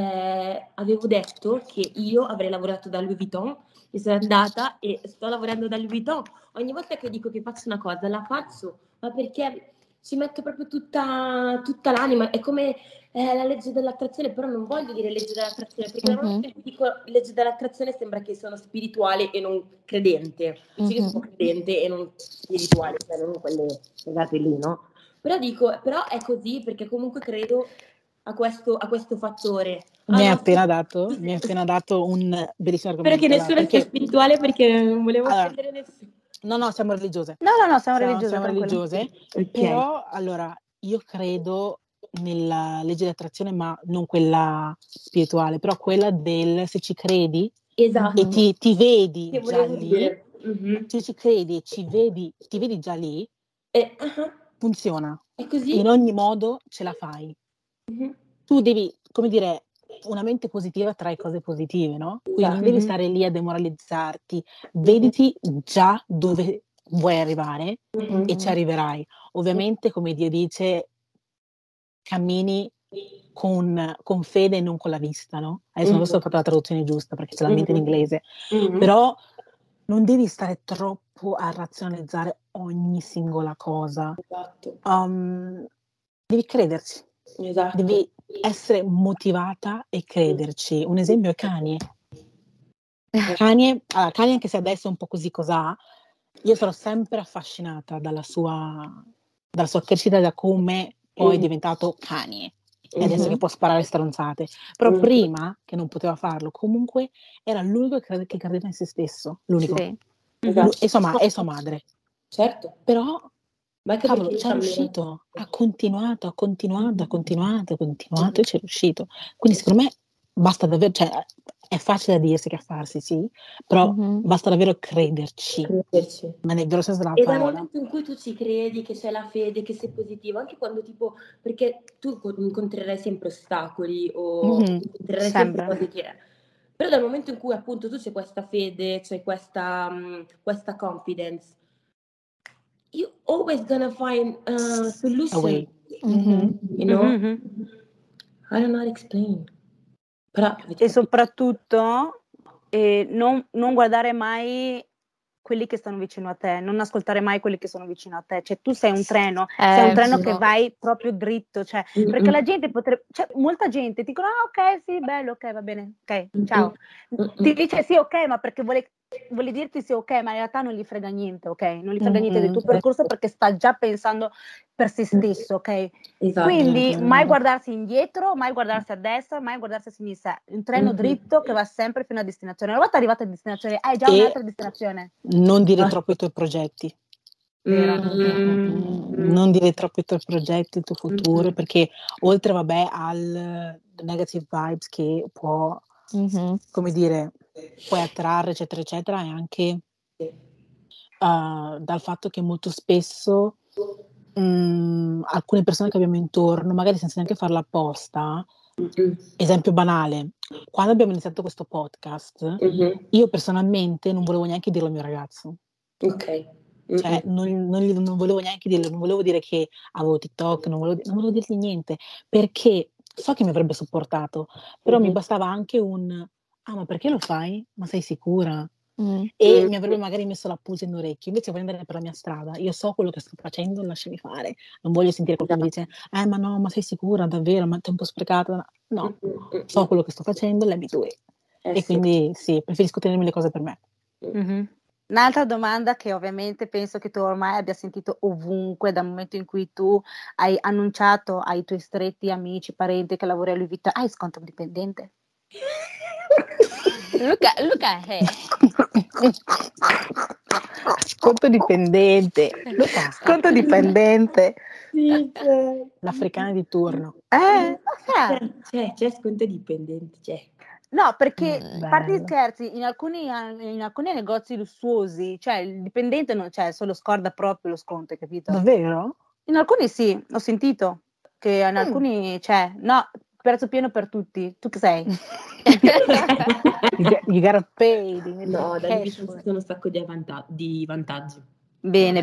io avrei lavorato da Louis Vuitton e sono andata e sto lavorando da Louis Vuitton. Ogni volta che dico che faccio una cosa, la faccio, ma perché ci metto proprio tutta l'anima. È come la legge dell'attrazione, però non voglio dire legge dell'attrazione, perché nel momento in cui dico legge dell'attrazione sembra che sono spirituale e non credente. Dice che sono credente e non spirituale, cioè non quelle legate lì, no? Però è così perché comunque credo a questo fattore. Mi hai appena dato un bellissimo argomento. Spero che nessuno sia spirituale perché non volevo offendere nessuno. No, siamo religiose. No, siamo religiose. Okay. Però, allora, io credo nella legge di attrazione, ma non quella spirituale, però quella del se ci credi Esatto. e ti vedi Che già volevo lì, dire. se ci credi e ti vedi già lì, funziona. È così? In ogni modo ce la fai. Tu devi, come dire, una mente positiva trae cose positive, no? Quindi non devi stare lì a demoralizzarti, vediti già dove vuoi arrivare e ci arriverai. Ovviamente, come Dio dice, cammini con fede e non con la vista, no? Adesso non so se ho fatto la traduzione giusta perché c'è la mente in inglese, però non devi stare troppo a razionalizzare ogni singola cosa. Esatto. Devi crederci. Esatto. Devi essere motivata e crederci. Un esempio è Kanye. Kanye, anche se adesso è un po' così cos'ha, io sono sempre affascinata dalla sua crescita, da come poi è diventato Kanye. E adesso che può sparare stronzate. Però prima, che non poteva farlo, comunque era l'unico che credeva in se stesso. L'unico. Sì. Esatto. E sua madre. Certo. Però cavolo, c'è è riuscito, ha continuato e c'è riuscito. Quindi secondo me basta davvero, cioè è facile da dirsi che a farsi, sì, però basta davvero crederci. Ma nel vero senso della parola. E parola. dal momento in cui tu ci credi, che c'è la fede, che sei positivo, anche quando tipo, perché tu incontrerai sempre ostacoli o incontrerai sempre cose che... Però dal momento in cui appunto tu c'è questa fede, c'è questa confidence, you always gonna find a solution. You know? I don't know how to explain. Però, e soprattutto e non guardare mai quelli che stanno vicino a te, non ascoltare mai quelli che sono vicino a te, cioè tu sei un treno che vai proprio dritto, cioè, perché la gente potrebbe, cioè, molta gente ti dicono ok, sì, bello, ok, va bene, ok, ciao, ti dice sì, ok, ma perché vuole dirti sì, ok, ma in realtà non gli frega niente, ok, non gli frega niente del tuo percorso perché sta già pensando per se stesso, ok? Esatto. Quindi mai guardarsi indietro, mai guardarsi a destra, mai guardarsi a sinistra, un treno dritto che va sempre fino a destinazione. Una volta arrivata a destinazione, hai già un'altra destinazione. Non dire troppo i tuoi progetti. Vero. Non dire troppo i tuoi progetti, il tuo futuro, perché oltre al negative vibes che può, come dire, puoi attrarre, eccetera, eccetera, è anche dal fatto che molto spesso alcune persone che abbiamo intorno, magari senza neanche farla apposta, esempio banale, quando abbiamo iniziato questo podcast, io personalmente non volevo neanche dirlo al mio ragazzo. Ok. Cioè, non volevo neanche dirlo, non volevo dire che avevo TikTok, non volevo dirgli niente, perché so che mi avrebbe supportato, però mi bastava anche ma perché lo fai? Ma sei sicura? E mi avrebbe magari messo la pulce in orecchio, invece voglio andare per la mia strada, io so quello che sto facendo, lasciami fare, non voglio sentire qualcuno che dice ma no, ma sei sicura davvero, ma tempo sprecato, no, so quello che sto facendo, let me do it. E quindi sì, preferisco tenermi le cose per me. Un'altra domanda che ovviamente penso che tu ormai abbia sentito ovunque dal momento in cui tu hai annunciato ai tuoi stretti amici, parenti che lavori a Louis Vuitton, hai sconto dipendente? Luca è sconto dipendente. Luca, sconto dipendente. Sì, l'africana di turno. C'è sconto dipendente, c'è. No, perché a parte gli scherzi, in alcuni negozi lussuosi, cioè il dipendente non c'è, solo scorda proprio lo sconto, hai capito? Davvero? In alcuni sì, ho sentito che in alcuni c'è, no, prezzo pieno per tutti. Tu che sei? You gotta pay. No, da lì ci sono un sacco di vantaggi. Bene.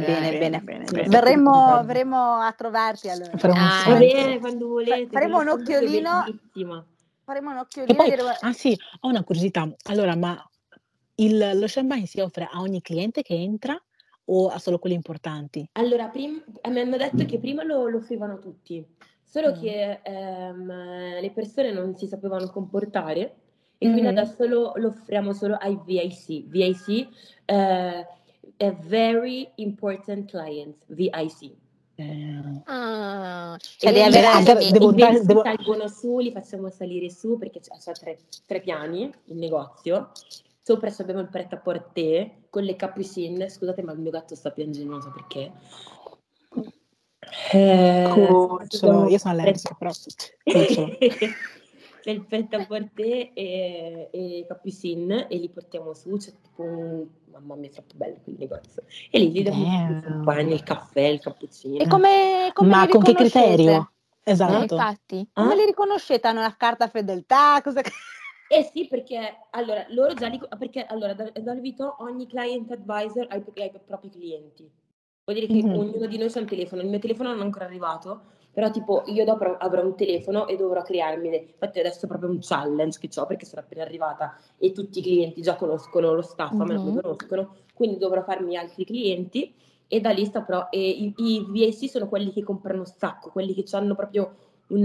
Verremo a trovarti allora. Va bene, quando volete. Faremo un occhiolino. Faremo un occhiolino. E poi, sì, ho una curiosità. Allora, ma lo champagne si offre a ogni cliente che entra o a solo quelli importanti? Allora, mi hanno detto che prima lo offrivano tutti, solo che le persone non si sapevano comportare e quindi adesso lo offriamo solo ai VIC. VIC è Very Important Clients, VIC. Cioè devo salgono su, li facciamo salire su perché c'è tre piani il negozio. Sopra abbiamo il pret-à-porter con le capucine. Scusate, ma il mio gatto sta piangendo, non so perché. Io sono allergica, però c'è il pret-à-porter e i capucine e li portiamo su. C'è tipo mamma mia, è troppo bello quel negozio. E lì diamo il caffè, il cappuccino. E come ma con che criterio? Esatto. Infatti. Come li riconoscete? Hanno una carta fedeltà? Cosa... Sì, perché allora loro già perché allora da Louis Vuitton ogni client advisor ha i propri clienti. Vuol dire che ognuno di noi c'ha un telefono. Il mio telefono non è ancora arrivato, però tipo io dopo avrò un telefono e dovrò crearmi. Infatti adesso è proprio un challenge che ho perché sono appena arrivata e tutti i clienti già conoscono lo staff, ma non mi conoscono, quindi dovrò farmi altri clienti e da lì saprò. E i VAC sono quelli che comprano un sacco, quelli che hanno proprio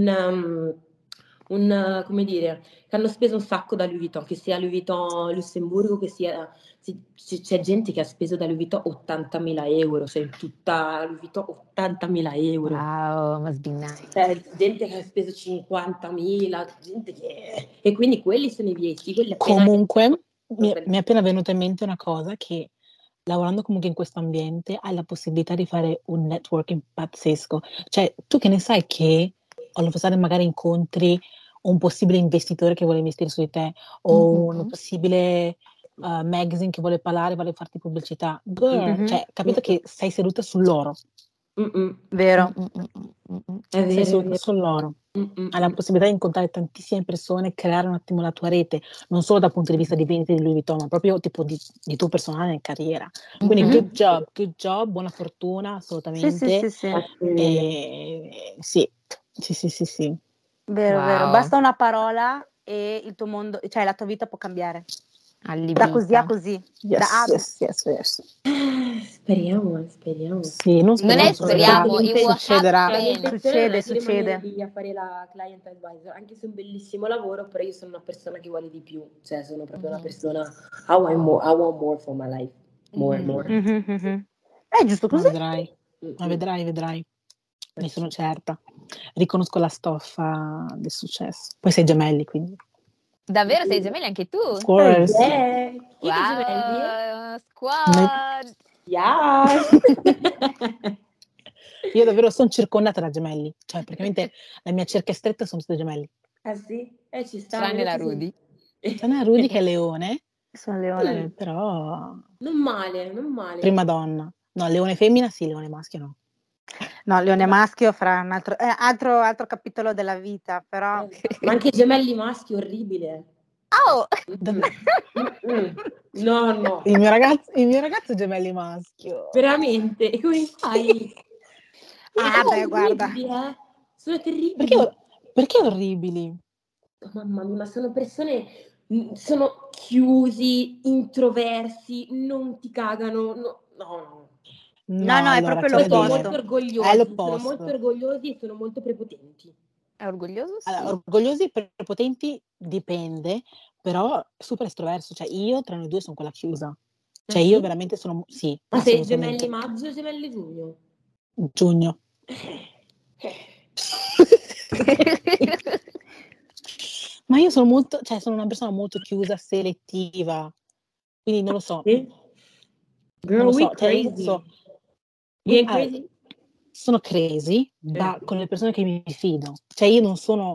come dire, che hanno speso un sacco da Louis Vuitton, che sia Louis Vuitton Lussemburgo, che sia c'è gente che ha speso da Louis Vuitton 80.000 euro, cioè in tutta Louis Vuitton 80.000 euro. Wow, must be nice. Cioè, gente che ha speso 50.000, gente che... E quindi quelli sono i VAC. Comunque, mi è appena venuta in mente una cosa che lavorando comunque in questo ambiente hai la possibilità di fare un networking pazzesco. Cioè, tu che ne sai che all'università magari incontri un possibile investitore che vuole investire su di te o un possibile magazine che vuole parlare, vuole farti pubblicità. Cioè, capito che sei seduta sull'oro. Vero. Sei seduta sull'oro. Hai la possibilità di incontrare tantissime persone, creare un attimo la tua rete, non solo dal punto di vista di vendita di Louis Vuitton, ma proprio tipo di tuo personale in carriera. Quindi good job, buona fortuna, assolutamente. Sì. Vero. Basta una parola e il tuo mondo, cioè la tua vita può cambiare. Da così a così. Yes. Speriamo. Sì, non Non è speriamo, speriamo, it will succederà. happen. Succede. Lì a fare la client advisor, anche se è un bellissimo lavoro, però io sono una persona che vuole di più, cioè sono proprio una persona I want more for my life, more. È giusto Ma così. vedrai. Ne sono certa. Riconosco la stoffa del successo. Poi sei gemelli, quindi. Davvero sei gemelli anche tu? Of course. Chi che gemelli? Wow, squad! Yeah. Io davvero sono circondata da gemelli, cioè praticamente la mia cerchia stretta sono tutti gemelli. Ah sì? Ci sta. Tranne la Rudy. C'è una Rudy che è leone, Sono leone. però Non male. prima donna. No, leone femmina sì, leone maschio no. No, leone maschio fra un altro capitolo della vita, però... Ma anche gemelli maschi, orribile. Oh! No. Il mio ragazzo è gemelli maschio. Veramente? Come fai? Beh, guarda. Sono terribili. Perché orribili? Mamma mia, ma sono persone, sono chiusi, introversi, non ti cagano, no. No, è proprio Poi sono l'opposto. molto orgogliosi, È l'opposto. sono molto orgogliosi e sono molto prepotenti. È orgoglioso? Sì. Allora, orgogliosi e prepotenti dipende, però super estroverso, cioè io tra noi due sono quella chiusa. Cioè io veramente sono, sì, Ma sei assolutamente. gemelli maggio o gemelli giugno? Giugno. Ma io sono sono una persona molto chiusa, selettiva, quindi non lo so. Sì? Girl, Non lo we so, cioè, crazy. You ain't crazy? Sono crazy, ma con le persone che mi fido. Cioè io non sono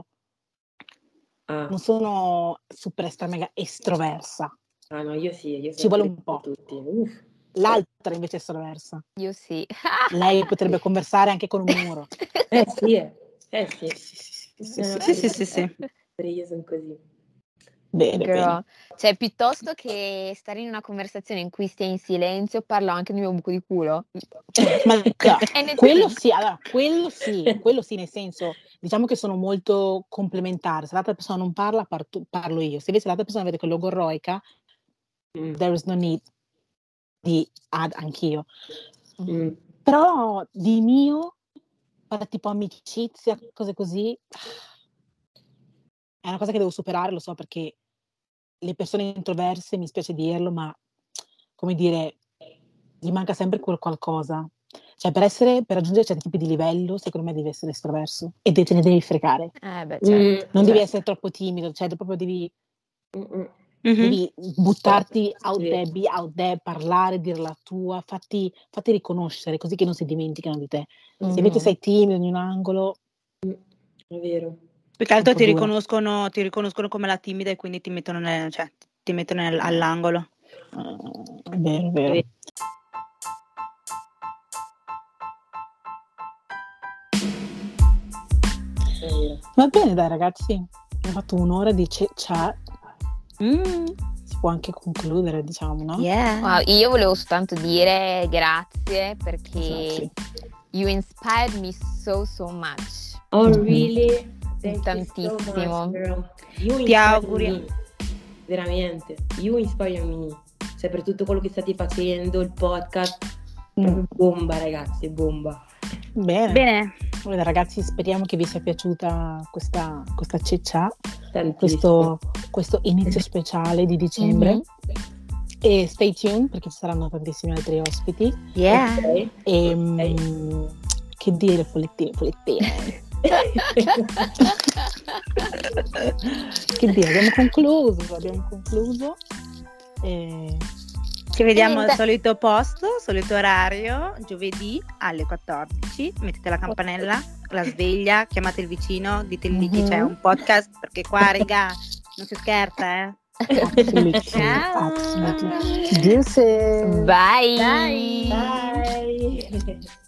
super extra mega estroversa. Ah no, io sì, io Ci vuole un po'. tutti. L'altra invece è estroversa. Io sì. Lei potrebbe conversare anche con un muro. Sì. Sì. Io sono così. Bene. Cioè, piuttosto che stare in una conversazione in cui stai in silenzio, parlo anche del mio buco di culo. Ma quello sì, nel senso, diciamo che sono molto complementare. Se l'altra persona non parla, parlo io. Se invece l'altra persona vede che logorroica, there is no need di anch'io. Però di mio, tipo amicizia, cose così, è una cosa che devo superare, lo so, perché le persone introverse, mi spiace dirlo, ma come dire, gli manca sempre qualcosa. Cioè per raggiungere certi tipi di livello, secondo me devi essere estroverso e te ne devi fregare. Certo. Non devi essere troppo timido, cioè proprio devi buttarti out there, parlare, dire la tua, fatti riconoscere, così che non si dimenticano di te. Se invece sei timido in un angolo, è vero. Più che altro ti riconoscono come la timida e quindi ti mettono all'angolo. È vero. Va bene, dai ragazzi, abbiamo fatto un'ora di chat. Si può anche concludere, diciamo, no? Yeah. Wow, io volevo soltanto dire grazie perché you inspired me so much. Oh really? Tantissimo. Ti auguro. Veramente, you inspire me. Cioè per tutto quello che state facendo, il podcast, bomba ragazzi, bomba. Bene. Allora, ragazzi, speriamo che vi sia piaciuta questa ciccia, questo inizio speciale di dicembre. E stay tuned perché ci saranno tantissimi altri ospiti. Yeah. Che dire, follettine. Che dire, abbiamo concluso. Ci vediamo al solito posto, solito orario, giovedì alle 14. Mettete la campanella, la sveglia, chiamate il vicino, ditegli che c'è un podcast, perché qua, raga, non si scherza, Ciao. Deuces. Bye. Bye.